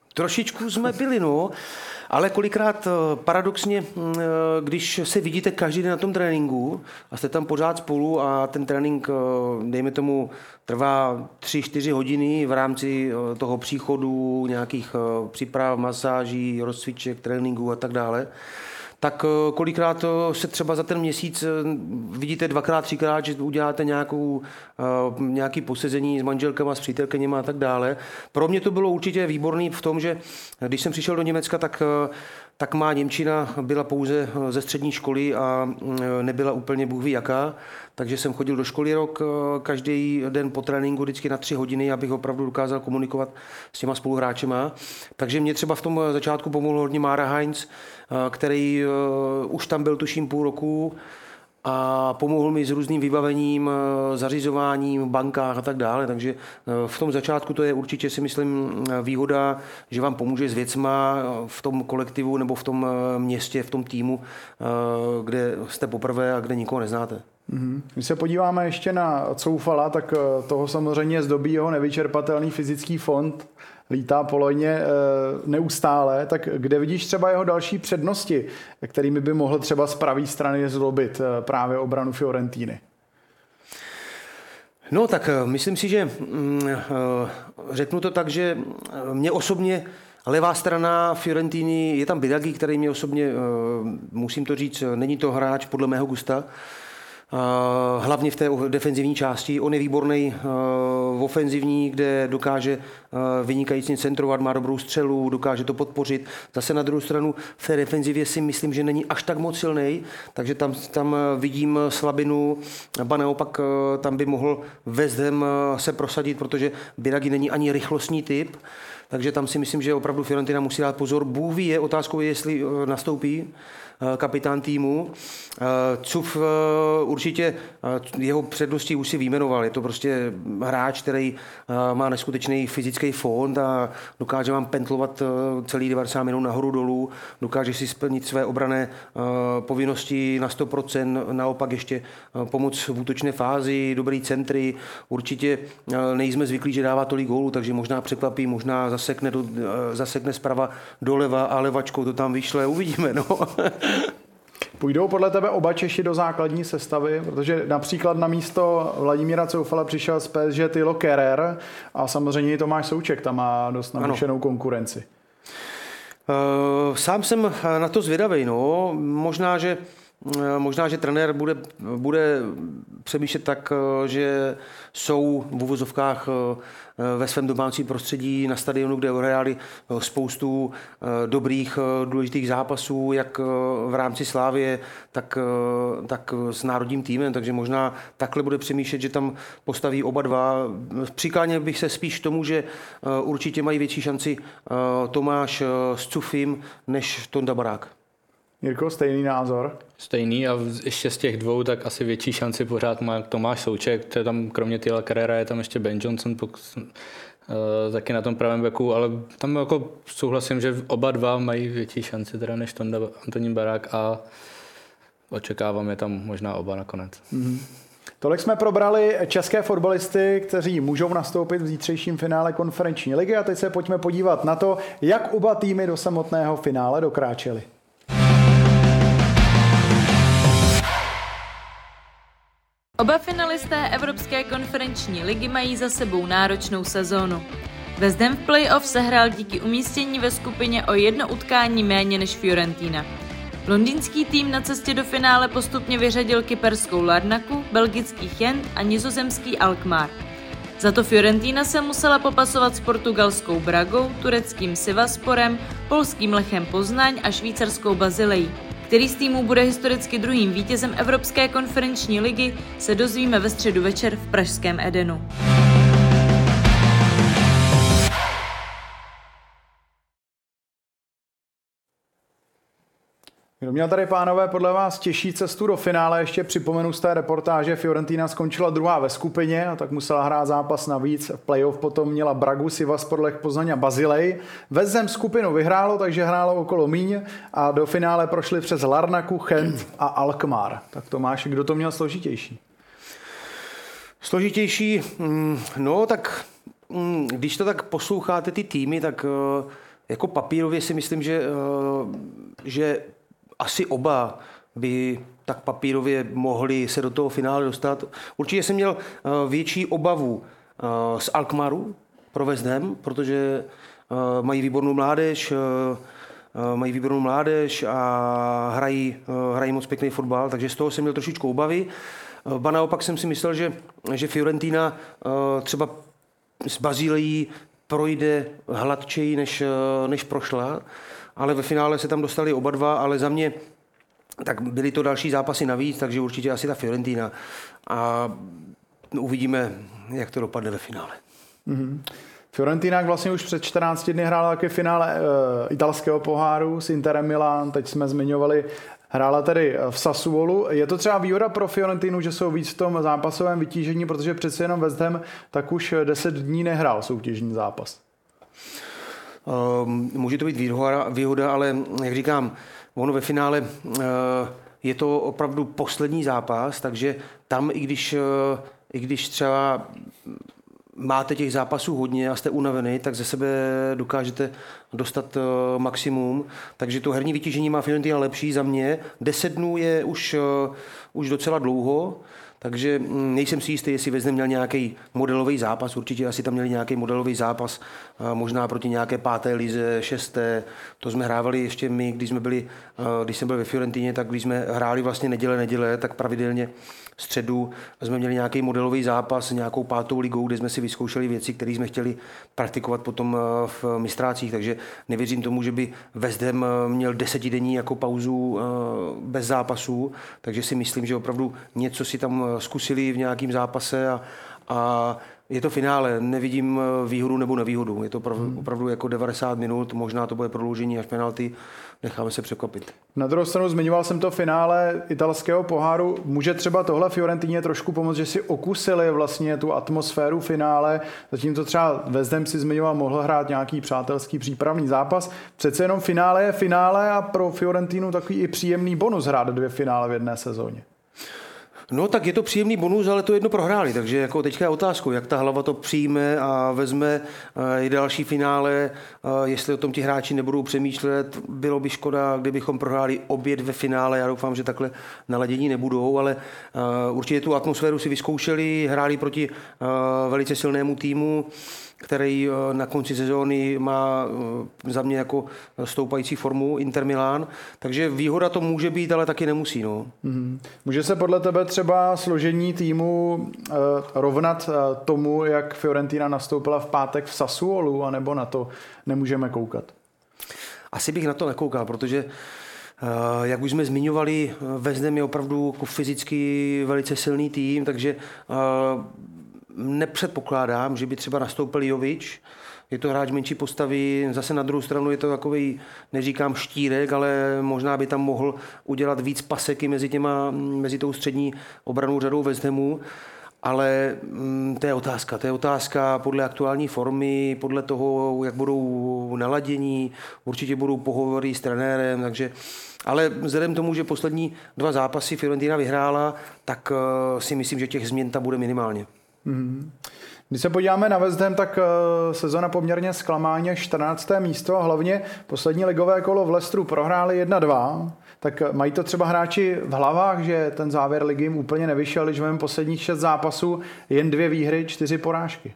Trošičku jsme byli, no. Ale kolikrát paradoxně, když se vidíte každý den na tom tréninku a jste tam pořád spolu a ten trénink, dejme tomu, trvá 3-4 hodiny v rámci toho příchodu, nějakých příprav, masáží, rozcviček, tréninků a tak dále, tak kolikrát se třeba za ten měsíc vidíte 2x, 3x, že uděláte nějaký posezení s manželkama, s přítelkyněma a tak dále. Pro mě to bylo určitě výborný v tom, že když jsem přišel do Německa, tak má němčina byla pouze ze střední školy a nebyla úplně bůh ví jaká, takže jsem chodil do školy rok, každý den po tréninku vždycky na 3 hodiny, abych opravdu dokázal komunikovat s těma spoluhráčema. Takže mě třeba v tom začátku pomohl hodně Mára Heinz, který už tam byl tuším půl roku a pomohl mi s různým vybavením, zařizováním, bankách a tak dále. Takže v tom začátku to je určitě, si myslím, výhoda, že vám pomůže s věcma v tom kolektivu nebo v tom městě, v tom týmu, kde jste poprvé a kde nikoho neznáte. Když se podíváme ještě na Coufala, tak toho samozřejmě zdobí jeho nevyčerpatelný fyzický fond, lítá po lojně neustále, tak kde vidíš třeba jeho další přednosti, kterými by mohl třeba z pravé strany zlobit právě obranu Fiorentíny? No tak myslím si, že řeknu to tak, že mě osobně levá strana Fiorentiny, je tam Biraghi, který mě osobně, musím to říct, není to hráč podle mého gusta, hlavně v té defenzivní části. On je výborný v ofenzivní, kde dokáže vynikajícně centrovat, má dobrou střelu, dokáže to podpořit. Zase na druhou stranu v té defenzivě si myslím, že není až tak moc silný, takže tam vidím slabinu, ba naopak tam by mohl West Ham se prosadit, protože Biraghi není ani rychlostní typ, takže tam si myslím, že opravdu Fiorentina musí dát pozor. Bůh ví, je otázkou, jestli nastoupí kapitán týmu. Cuf určitě jeho přednosti už si vyjmenoval. Je to prostě hráč, který má neskutečný fyzický fond a dokáže vám pentlovat celý 90 minut nahoru dolů, dokáže si splnit své obranné povinnosti na 100%, naopak ještě pomoc v útočné fázi, dobrý centry. Určitě nejsme zvyklí, že dává tolik gólů, takže možná překvapí, možná zasekne zprava doleva a levačkou to tam vyšle, uvidíme. No. Půjdou podle tebe oba Češi do základní sestavy? Protože například na místo Vladimíra Coufala přišel z PSG Thilo Kehrer a samozřejmě i Tomáš Souček tam má dost navýšenou konkurenci. Sám jsem na to zvědavej. No. Možná, že trenér bude přemýšlet tak, že jsou v uvozovkách ve svém domácím prostředí na stadionu, kde odehráli spoustu dobrých, důležitých zápasů, jak v rámci Slávie, tak s národním týmem, takže možná takhle bude přemýšlet, že tam postaví oba dva. Přikláněl bych se spíš k tomu, že určitě mají větší šanci Tomáš s Cufim než Tonda Barák. Jirko, stejný názor? Stejný a ještě z těch dvou tak asi větší šanci pořád má Tomáš Souček, to je tam kromě Thila Kehrera je tam ještě Ben Johnson taky na tom pravém beku, ale tam jako souhlasím, že oba dva mají větší šanci teda než Antonín Barák a očekávám je tam možná oba nakonec. Mm-hmm. Tolik jsme probrali české fotbalisty, kteří můžou nastoupit v zítřejším finále konferenční ligy a teď se pojďme podívat na to, jak oba týmy do samotného finále dokráčeli. Oba finalisté Evropské konferenční ligy mají za sebou náročnou sezónu. West Ham v play-off sehrál díky umístění ve skupině o 1 utkání méně než Fiorentina. Londýnský tým na cestě do finále postupně vyřadil kyperskou Larnaku, belgický Gent a nizozemský Alkmaar. Za to Fiorentina se musela popasovat s portugalskou Bragou, tureckým Sivassporem, polským Lechem Poznaň a švýcarskou Bazilejí. Který z týmů bude historicky druhým vítězem Evropské konferenční ligy, se dozvíme ve středu večer v pražském Edenu. Kdo měl tady, pánové, podle vás těžší cestu do finále? Ještě připomenu z té reportáže, Fiorentina skončila druhá ve skupině a tak musela hrát zápas navíc. V playoff potom měla Bragu, Sivaspor, Lech Poznaň a Bazilej. West Ham skupinu vyhrálo, takže hrálo okolo míň a do finále prošli přes Larnaku, Gent a Alkmaar. Tak Tomáš, kdo to měl složitější? Složitější? No tak, když to tak posloucháte ty týmy, tak jako papírově si myslím, že asi oba by tak papírově mohli se do toho finále dostat. Určitě jsem měl větší obavu z Alkmaru pro West Ham, protože mají výbornou mládež a hrají moc pěkný fotbal, takže z toho jsem měl trošičku obavy. Ba naopak jsem si myslel, že Fiorentina třeba s Bazílií projde hladčeji, než prošla, ale ve finále se tam dostali oba dva, ale za mě tak byly to další zápasy navíc, takže určitě asi ta Fiorentina. A uvidíme, jak to dopadne ve finále. Mm-hmm. Fiorentina vlastně už před 14 dny hrála taky finále italského poháru s Interem Milan, teď jsme zmiňovali, hrála tedy v Sassuolu. Je to třeba výhoda pro Fiorentinu, že jsou víc v tom zápasovém vytížení, protože přeci jenom West Ham tak už 10 dní nehrál soutěžní zápas? Může to být výhoda, ale jak říkám, ono ve finále je to opravdu poslední zápas, takže tam, i když třeba máte těch zápasů hodně a jste unavený, tak ze sebe dokážete dostat maximum. Takže to herní vytížení má Fiorentina lepší za mě. 10 dnů je už docela dlouho, takže nejsem si jistý, jestli West Ham měl nějaký modelový zápas. Určitě asi tam měli nějaký modelový zápas, možná proti nějaké 5. lize, 6. To jsme hrávali ještě my, když jsem byl ve Fiorentině, tak když jsme hráli vlastně neděle, tak pravidelně středu jsme měli nějaký modelový zápas, nějakou 5. ligou, kde jsme si vyzkoušeli věci, které jsme chtěli praktikovat potom v mistrácích, takže nevěřím tomu, že by West Ham měl 10denní jako pauzu bez zápasů, takže si myslím, že opravdu něco si tam zkusili v nějakém zápase a je to finále, nevidím výhodu nebo nevýhodu, je to opravdu jako 90 minut, možná to bude prodloužení až penalty, necháme se překvapit. Na druhou stranu zmiňoval jsem to finále italského poháru. Může třeba tohle Fiorentině trošku pomoct, že si okusili vlastně tu atmosféru finále, zatímco třeba West Ham si zmiňoval, mohl hrát nějaký přátelský přípravný zápas. Přece jenom finále je finále a pro Fiorentinu takový i příjemný bonus hrát 2 finále v jedné sezóně. No tak je to příjemný bonus, ale to jedno prohráli, takže jako teďka je otázkou, jak ta hlava to přijme a vezme i další finále, jestli o tom ti hráči nebudou přemýšlet, bylo by škoda, kdybychom prohráli obě 2 finále, já doufám, že takhle naladění nebudou, ale určitě tu atmosféru si vyzkoušeli, hráli proti velice silnému týmu, který na konci sezóny má za mě jako stoupající formu Inter Milan, takže výhoda to může být, ale taky nemusí. No. Může se podle tebe třeba složení týmu rovnat tomu, jak Fiorentina nastoupila v pátek v Sassuolu, anebo na to nemůžeme koukat? Asi bych na to nekoukal, protože jak už jsme zmiňovali, West Ham je opravdu jako fyzicky velice silný tým, takže nepředpokládám, že by třeba nastoupil Jovič. Je to hráč menší postavy, zase na druhou stranu je to takový, neříkám štírek, ale možná by tam mohl udělat víc paseky mezi tou střední obranou řadou West Hamu. Ale to je otázka podle aktuální formy, podle toho, jak budou naladění, určitě budou pohovory s trenérem, takže ale vzhledem tomu, že poslední 2 zápasy Fiorentina vyhrála, tak si myslím, že těch změn tam bude minimálně. Když se podíváme na West Ham, tak sezona poměrně zklamání, 14. místo a hlavně poslední ligové kolo v Leicesteru prohráli 1-2. Tak mají to třeba hráči v hlavách, že ten závěr ligy jim úplně nevyšel, když máme posledních 6 zápasů, jen 2 výhry, 4 porážky.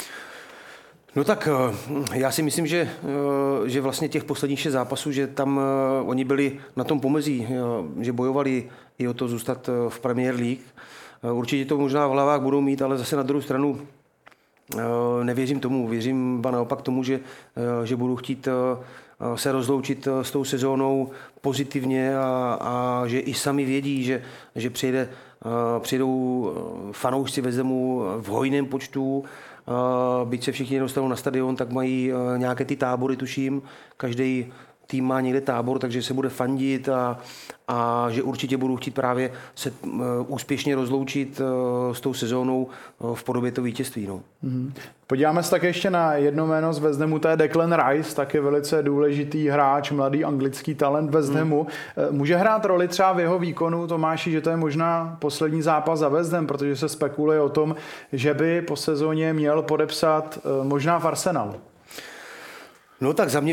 No tak já si myslím, že vlastně těch posledních 6 zápasů, že tam oni byli na tom pomezí, že bojovali i o to zůstat v Premier League. Určitě to možná v hlavách budou mít, ale zase na druhou stranu nevěřím tomu. Věřím naopak tomu, že budu chtít se rozloučit s tou sezónou pozitivně a že i sami vědí, že přijdou fanoušci West Hamu v hojném počtu. Byť se všichni nedostanou na stadion, tak mají nějaké ty tábory, tuším. Každý tým má někde tábor, takže se bude fandit a že určitě budu chtít právě se úspěšně rozloučit s tou sezónou v podobě toho vítězství. No. Podíváme se tak ještě na jedno jméno z West Hamu, to je Declan Rice, taky velice důležitý hráč, mladý anglický talent West Hamu. Může hrát roli třeba v jeho výkonu, Tomáši, že to je možná poslední zápas za West Ham, protože se spekuluje o tom, že by po sezóně měl podepsat možná v Arsenalu. No tak za mě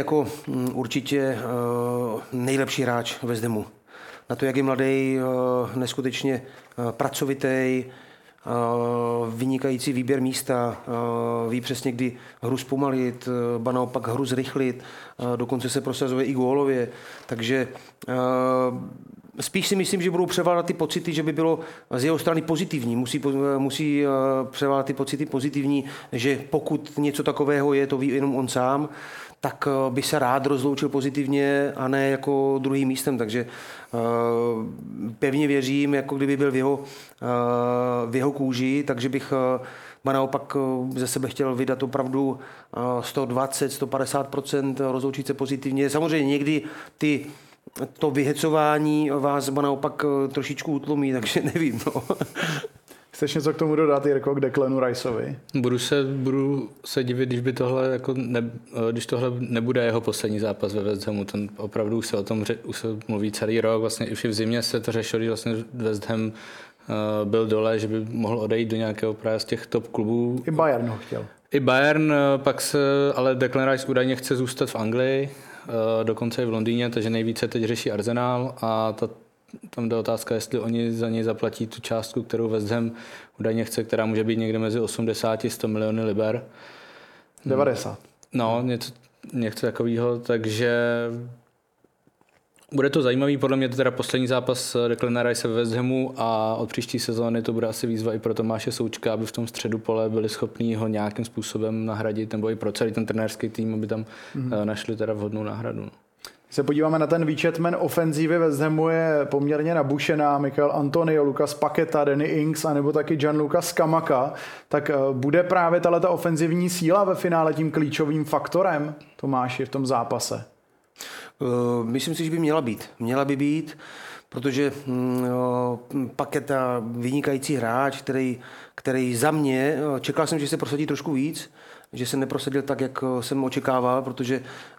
určitě nejlepší hráč West Hamu. Na to, jak je mladý, neskutečně pracovitý, vynikající výběr místa, ví přesně, kdy hru zpomalit, ba naopak hru zrychlit, dokonce se prosazuje i gólově, takže spíš si myslím, že budou převládat ty pocity, že by bylo z jeho strany pozitivní. Musí převládat ty pocity pozitivní, že pokud něco takového je, to ví jenom on sám, tak by se rád rozloučil pozitivně a ne jako druhým místem. Takže pevně věřím, jako kdyby byl v jeho kůži, takže bych naopak ze sebe chtěl vydat opravdu 120-150%, rozloučit se pozitivně. Samozřejmě někdy to vyhecování vás naopak trošičku utlumí, takže nevím. No. Chceš něco k tomu dodat, Jirko, k Declanu Riceovi? Budu se divit, když tohle nebude jeho poslední zápas ve West Hamu. Ten opravdu už se o tom mluví celý rok. Vlastně už i v zimě se to řešilo, když vlastně West Ham byl dole, že by mohl odejít do nějakého právě z těch top klubů. I Bayern ho chtěl. I Bayern, ale Declan Rice údajně chce zůstat v Anglii, dokonce i v Londýně, takže nejvíce teď řeší Arsenal a tam jde otázka, jestli oni za něj zaplatí tu částku, kterou West Ham údajně chce, která může být někde mezi 80 a 100 miliony liber. 90. No, něco takového, takže bude to zajímavý, podle mě to teda poslední zápas Declana Rice ve West Hamu a od příští sezóny to bude asi výzva i pro Tomáše Součka, aby v tom středu pole byli schopní ho nějakým způsobem nahradit, nebo i pro celý ten trenérský tým, aby tam našli teda vhodnou náhradu. No. Se podíváme na ten výčet men ofenzívy West Hamu je poměrně nabušená. Michael Antonio, Lucas Paqueta, Danny Ings a nebo taky Gianluca Scamacca. Tak bude právě tato ofenzivní síla ve finále tím klíčovým faktorem, Tomáši, v tom zápase? Myslím si, že by měla by být, protože Paqueta, vynikající hráč, který za mě, čekal jsem, že se prosadí trošku víc, že se neprosadil tak, jak jsem očekával, protože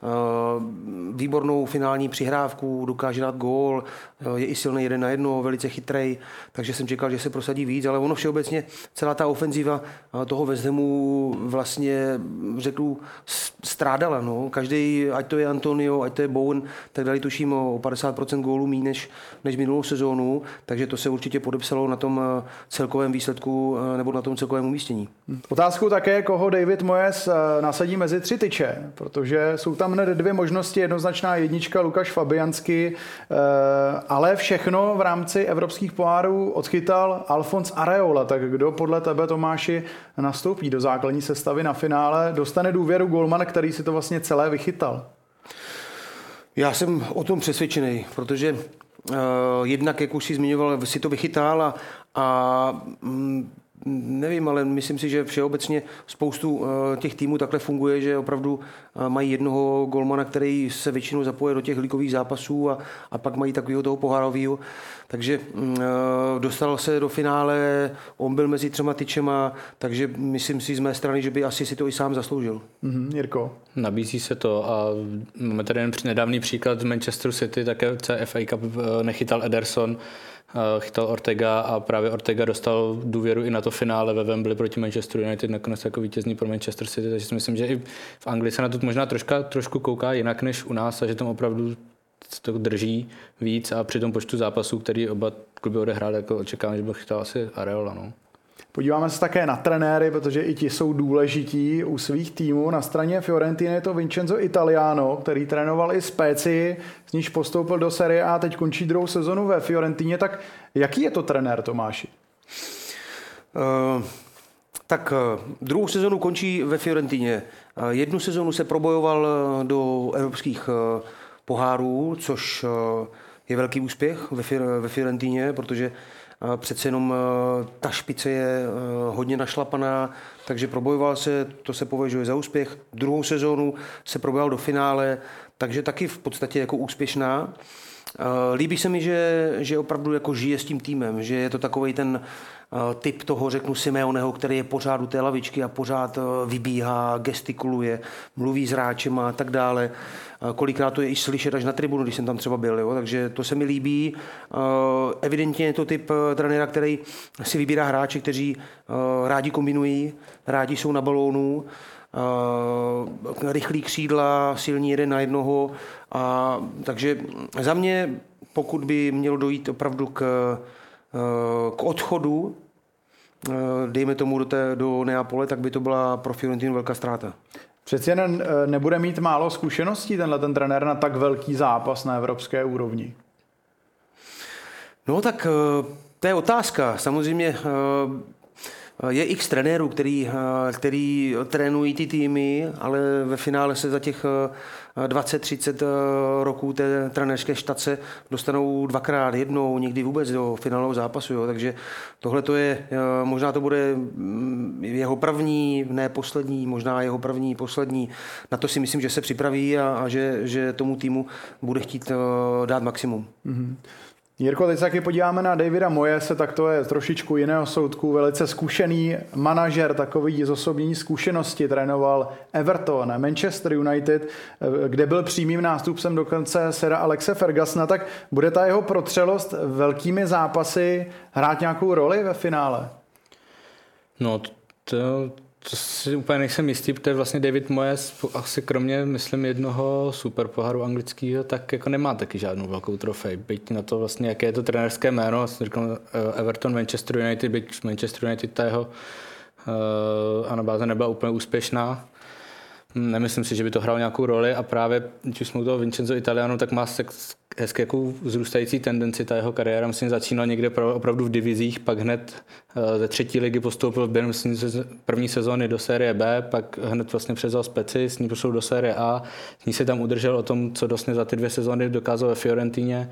výbornou finální přihrávku, dokáže dát gól, je i silný 1 na 1, velice chytrej, takže jsem čekal, že se prosadí víc, ale ono všeobecně celá ta ofenziva toho West Hamu vlastně, řeknu, strádala. No. Každý, ať to je Antonio, ať to je Bowen, tak dali tuším o 50% gólů méně než minulou sezónu, takže to se určitě podepsalo na tom celkovém výsledku nebo na tom celkovém umístění. Otázkou také, koho David Moyes nasadí mezi 3 tyče, protože jsou tam hned 2 možnosti, jednoznačná jednička Lukáš Fabianski, ale všechno v rámci evropských pohárů odchytal Alphonse Areola, tak kdo podle tebe, Tomáši, nastoupí do základní sestavy na finále, dostane důvěru golman, který si to vlastně celé vychytal? Já jsem o tom přesvědčený, protože jednak, jak už si zmiňoval, si to vychytal a nevím, ale myslím si, že všeobecně spoustu těch týmů takhle funguje, že opravdu mají jednoho golmana, který se většinou zapoje do těch ligových zápasů a pak mají takového toho pohárového. Takže dostal se do finále, on byl mezi 3 tyčema, takže myslím si z mé strany, že by asi si to i sám zasloužil. Jirko? Nabízí se to a máme tady jen nedávný příklad z Manchesteru City, také CFA Cup nechytal Ederson, chytal Ortega a právě Ortega dostal důvěru i na to finále ve Wembley proti Manchesteru United, nakonec jako vítězný pro Manchester City, takže si myslím, že i v Anglii se na to možná trošku kouká jinak než u nás a že tam opravdu to drží víc a při tom počtu zápasů, který oba kluby odehrály, jako očekávám, že bych chytal asi Areola. No. Podíváme se také na trenéry, protože i ti jsou důležití u svých týmů. Na straně Fiorentiny je to Vincenzo Italiano, který trénoval i Spezii, z níž postoupil do Serie A, teď končí 2. sezonu ve Fiorentině. Tak jaký je to trenér, Tomáši? Tak 2. sezonu končí ve Fiorentině. 1 sezonu se probojoval do evropských pohárů, což je velký úspěch ve Fiorentině, protože přece jenom ta špice je hodně našlapaná, takže probojoval se, to se považuje za úspěch. 2. sezónu se probojoval do finále, takže taky v podstatě jako úspěšná. Líbí se mi, že opravdu jako žije s tím týmem, že je to takovej ten typ toho, řeknu, Simeoneho, který je pořád u té lavičky a pořád vybíhá, gestikuluje, mluví s hráčema a tak dále. Kolikrát to je i slyšet až na tribunu, když jsem tam třeba byl, jo? Takže to se mi líbí. Evidentně je to typ trenéra, který si vybírá hráče, kteří rádi kombinují, rádi jsou na balónu, rychlý křídla, silní jeden na jednoho. Takže za mě, pokud by mělo dojít opravdu k odchodu, dejme tomu do Neapole, tak by to byla pro Fiorentinu velká ztráta. Přeci jen nebude mít málo zkušeností ten trenér na tak velký zápas na evropské úrovni. No tak to je otázka. Samozřejmě je x trenérů, který trénují ty týmy, ale ve finále se za těch 20-30 roků té trenérské štace dostanou dvakrát, jednou, někdy vůbec do finálového zápasu. Jo. Takže tohle to je, možná to bude jeho první, ne poslední, možná jeho první, poslední. Na to si myslím, že se připraví a že tomu týmu bude chtít dát maximum. Mm-hmm. Jirko, teď se taky podíváme na Davida Moyese, tak to je trošičku jiného soudku, velice zkušený manažer, takový z osobní zkušenosti, trénoval Everton, Manchester United, kde byl přímým nástupcem dokonce sera Alexe Fergusona, tak bude ta jeho protřelost velkými zápasy hrát nějakou roli ve finále? No, to si úplně nejsem jistý, protože vlastně David Moyes asi kromě, myslím, jednoho superpoharu anglického, tak jako nemá taky žádnou velkou trofej. Byť na to vlastně, jaké je to trenérské jméno, říkal Everton, Manchester United, byť Manchester United ta jeho anabáze nebyla úplně úspěšná. Nemyslím si, že by to hrál nějakou roli a právě, když jsme u toho Vincenzo Italiano, tak má hezky jakou vzrůstající tendenci ta jeho kariéra. Myslím, začínal někde opravdu v divizích, pak hned ze 3. ligy postoupil během první sezóny do série B, pak hned vlastně převzal Speci, s ní pošel do série A, s ní se tam udržel o tom, co vlastně za ty 2 sezóny dokázal ve Fiorentině.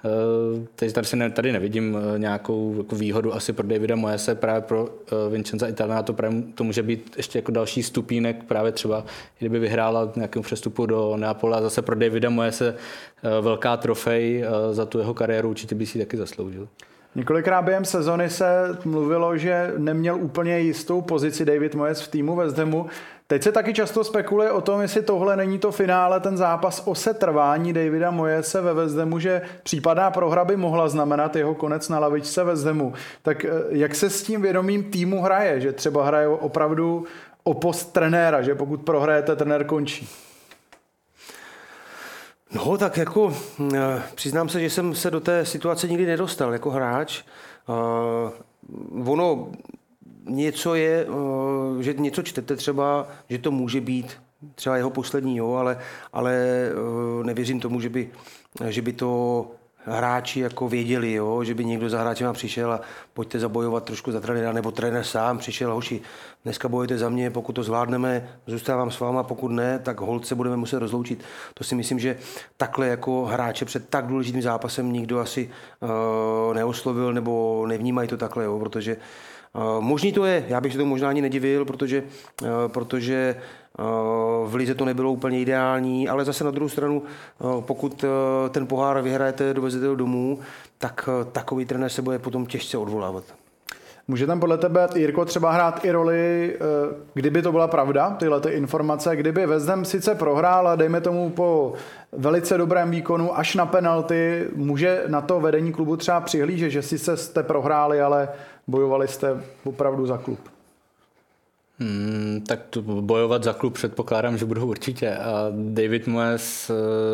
Tady nevidím nějakou jako výhodu asi pro Davida Moyese, právě pro Vincenza Italiana to může být ještě jako další stupínek, právě třeba kdyby vyhrála nějakým přestupu do Neapole a zase pro Davida Moyese velká trofej za tu jeho kariéru, určitě by si taky zasloužil. Několikrát během sezony se mluvilo, že neměl úplně jistou pozici David Moyes v týmu West Hamu. Teď se taky často spekuluje o tom, jestli tohle není to finále, ten zápas o setrvání Davida Moyese ve West Hamu, že případná prohra by mohla znamenat jeho konec na lavičce West Hamu. Tak jak se s tím vědomím týmu hraje? Že třeba hraje opravdu o post trenéra, že pokud prohrajete, trenér končí? No, tak jako přiznám se, že jsem se do té situace nikdy nedostal jako hráč. Ono něco je, že něco čtete třeba, že to může být třeba jeho poslední, jo, ale nevěřím tomu, že by to hráči jako věděli, jo, že by někdo za hráčema přišel a pojďte zabojovat trošku za trenéra, nebo trenér sám přišel, hoši, dneska bojujete za mě, pokud to zvládneme, zůstávám s váma, pokud ne, tak holt se budeme muset rozloučit. To si myslím, že takhle jako hráče před tak důležitým zápasem nikdo asi neoslovil, nebo nevnímají to takhle, jo, protože možný to je, já bych se tomu možná ani nedivil, protože v lize to nebylo úplně ideální, ale zase na druhou stranu, pokud ten pohár vyhrajete, dovezete ho domů, tak takový trenér se bude potom těžce odvolávat. Může tam podle tebe, Jirko, třeba hrát i roli, kdyby to byla pravda, tyhle ty informace, kdyby West Ham sice prohrál a dejme tomu po velice dobrém výkonu až na penalty, může na to vedení klubu třeba přihlížet, že sice jste prohráli, ale bojovali jste opravdu za klub? Tak to bojovat za klub předpokládám, že budou určitě. A David Moyes,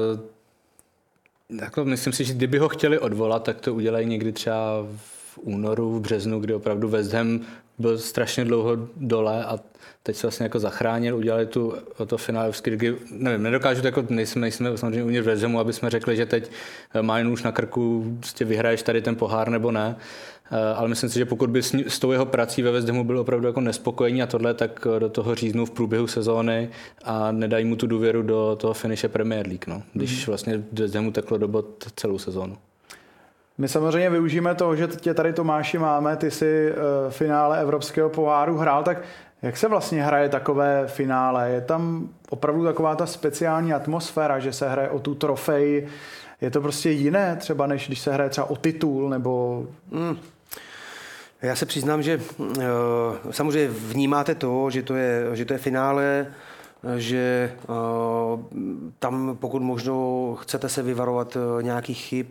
jako myslím si, že kdyby ho chtěli odvolat, tak to udělají někdy třeba v únoru, v březnu, kdy opravdu West Ham byl strašně dlouho dole a teď se vlastně jako zachránil, udělali to finále v ligy. Nevím, nedokážu to jako, nejsme samozřejmě uvnitř West Hamu, aby jsme řekli, že teď má nůž na krku, prostě vyhraješ tady ten pohár nebo ne. Ale myslím si, že pokud by s tou jeho prací ve West Hamu byl opravdu jako nespokojení a tohle, tak do toho říznou v průběhu sezóny a nedají mu tu důvěru do toho finiše Premier League, no, když vlastně West Hamu teklo do bod celou sezónu. My samozřejmě využijeme toho, že tě tady, Tomáši, máme, ty si finále Evropského poháru hrál, tak jak se vlastně hraje takové finále? Je tam opravdu taková ta speciální atmosféra, že se hraje o tu trofej? Je to prostě jiné třeba, než když se hraje třeba o titul, nebo... Já se přiznám, že samozřejmě vnímáte to, že to je finále, že tam pokud možno chcete se vyvarovat nějakých chyb.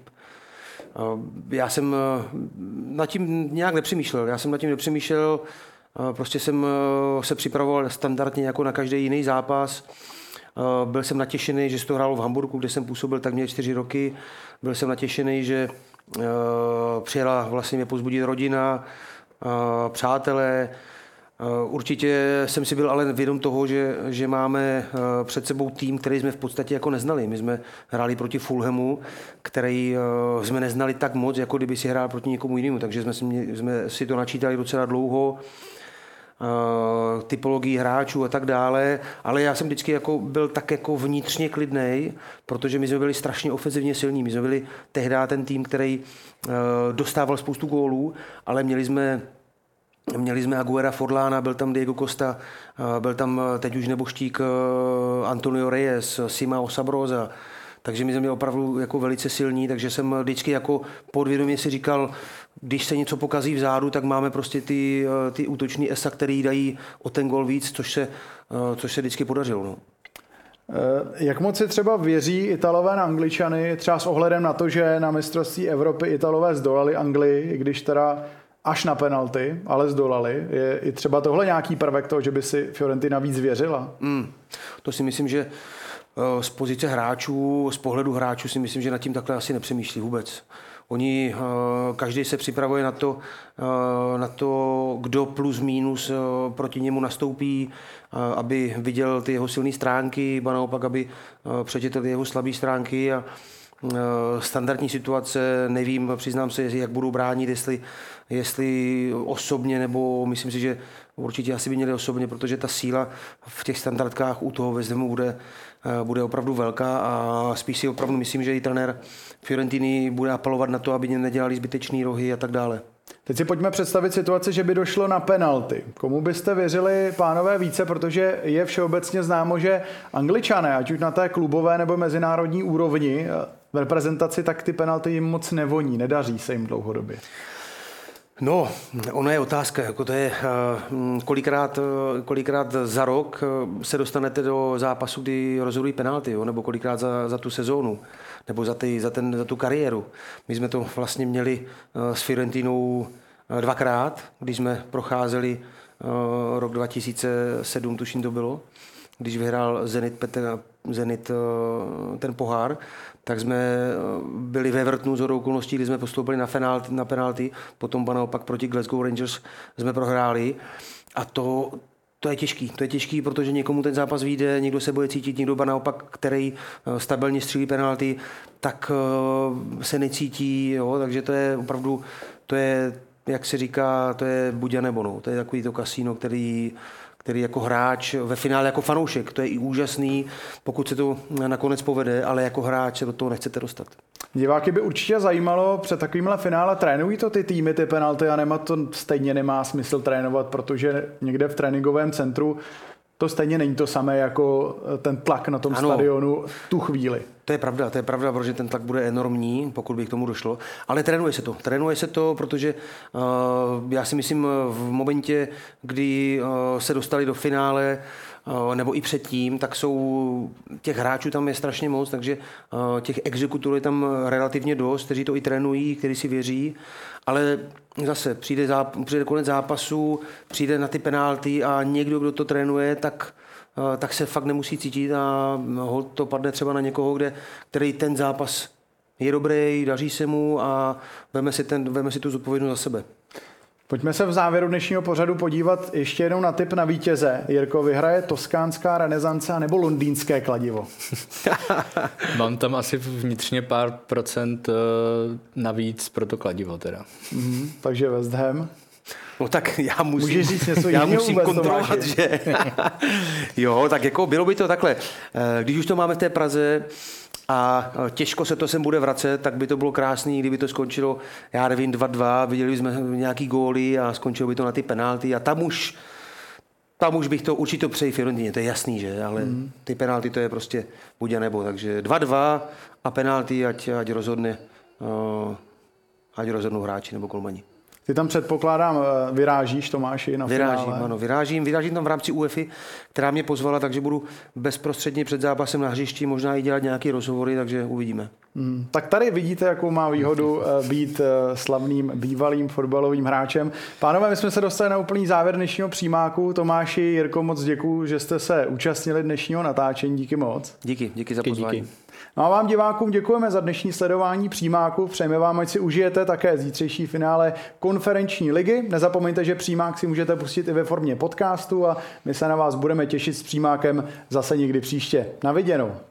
Já jsem nad tím nějak nepřemýšlel. Prostě jsem se připravoval standardně jako na každý jiný zápas. Byl jsem natěšený, že se to hrálo v Hamburku, kde jsem působil tak měl 4 roky. Byl jsem natěšený, že přijela vlastně mě pozbudit rodina, přátelé. Určitě jsem si byl ale vědom toho, že máme před sebou tým, který jsme v podstatě jako neznali. My jsme hráli proti Fulhamu, který jsme neznali tak moc, jako kdyby si hrál proti někomu jinému. Takže jsme si to načítali docela dlouho, typologii hráčů a tak dále, ale já jsem vždycky jako byl tak jako vnitřně klidnej, protože my jsme byli strašně ofenzivně silní. My jsme byli tehdy ten tým, který dostával spoustu gólů, ale měli jsme Aguera, Forlána, byl tam Diego Costa, byl tam teď už neboštík Antonio Reyes, Sima Osabroza. Takže my jsme byli opravdu jako velice silní, takže jsem vždycky jako podvědomě si říkal, když se něco pokazí vzadu, tak máme prostě ty útoční esa, který dají o ten gol víc, což se vždycky podařilo. No. Jak moc si třeba věří Italové na Angličany, třeba s ohledem na to, že na mistrovství Evropy Italové zdolali Anglii, když teda až na penalty, ale zdolali. Je i třeba tohle nějaký prvek toho, že by si Fiorentina víc věřila? To si myslím, že z pozice hráčů, z pohledu hráčů si myslím, že nad tím takhle asi nepřemýšlí vůbec. Oni, každý se připravuje na to, kdo plus minus proti němu nastoupí, aby viděl ty jeho silné stránky, a naopak, aby přečetl ty jeho slabé stránky a standardní situace, nevím, přiznám se, jak budou bránit, jestli osobně, nebo myslím si, že určitě asi by měli osobně, protože ta síla v těch standardkách u toho West Hamu bude opravdu velká a spíš si opravdu myslím, že i trenér Fiorentiny bude apelovat na to, aby nedělali zbytečný rohy a tak dále. Teď si pojďme představit situaci, že by došlo na penalty. Komu byste věřili, pánové, více, protože je všeobecně známo, že Angličané, ať už na té klubové nebo mezinárodní úrovni v reprezentaci, tak ty penalty jim moc nevoní, nedaří se jim dlouhodobě. No, ono je otázka, jako to je, kolikrát za rok se dostanete do zápasu, kdy rozhodují penalty, jo, nebo kolikrát za tu sezónu, nebo za tu kariéru. My jsme to vlastně měli s Fiorentinou 2krát, když jsme procházeli rok 2007, tuším to bylo, když vyhrál Zenit ten pohár, tak jsme byli ve Evertonu shodou okolností, kdy jsme postoupili na penalty, potom naopak proti Glasgow Rangers jsme prohráli a to je těžký. To je těžký, protože někomu ten zápas vyjde, někdo se bude cítit, někdo naopak, který stabilně střílí penalty, tak se necítí, jo, takže to je opravdu, jak se říká, to je buď a nebo, no. To je takový to kasíno, který jako hráč ve finále jako fanoušek, to je i úžasný, pokud se to nakonec povede, ale jako hráč se do toho nechcete dostat. Diváky by určitě zajímalo, před takovýmhle finále trénují to ty týmy, ty penalty, a nebo to stejně nemá smysl trénovat, protože někde v tréninkovém centru to stejně není to samé jako ten tlak na tom stadionu tu chvíli. To je pravda, protože ten tlak bude enormní, pokud by k tomu došlo, ale trénuje se to, protože já si myslím v momentě, kdy se dostali do finále, nebo i předtím, tak těch hráčů tam je strašně moc, takže těch exekutorů je tam relativně dost, kteří to i trénují, kteří si věří, ale zase přijde konec zápasu, přijde na ty penalty a někdo, kdo to trénuje, tak se fakt nemusí cítit a to padne třeba na někoho, který ten zápas je dobrý, daří se mu a veme si tu zodpovědnost za sebe. Pojďme se v závěru dnešního pořadu podívat ještě jednou na tip na vítěze. Jirko, vyhraje toskánská renesance nebo londýnské kladivo? Mám tam asi vnitřně pár procent navíc pro to kladivo teda. Takže West Ham. No tak já musím kontrolovat, že... Jo, tak jako bylo by to takhle. Když už to máme v té Praze a těžko se to sem bude vracet, tak by to bylo krásný, kdyby to skončilo, já nevím, 2-2, viděli jsme nějaký góly a skončilo by to na ty penalty a tam už bych to určitě přeji Fiorentině, to je jasný, že? Ale ty penalty to je prostě buď a nebo, takže 2-2 a penalty, ať rozhodnou hráči nebo golmani. Ty tam předpokládám, vyrážíš, Tomáši, na finále. Vyrážím tam v rámci UEFI, která mě pozvala, takže budu bezprostředně před zápasem na hřišti, možná i dělat nějaké rozhovory, takže uvidíme. Tak tady vidíte, jakou má výhodu být slavným bývalým fotbalovým hráčem. Pánové, my jsme se dostali na úplný závěr dnešního přímáku. Tomáši, Jirko, moc děkuju, že jste se účastnili dnešního natáčení. Díky moc. Díky za pozvání. Díky. No a vám divákům děkujeme za dnešní sledování přímáku. Přejeme vám, ať si užijete také zítřejší finále konferenční ligy. Nezapomeňte, že přímák si můžete pustit i ve formě podcastu a my se na vás budeme těšit s přímákem zase někdy příště. Na viděnou.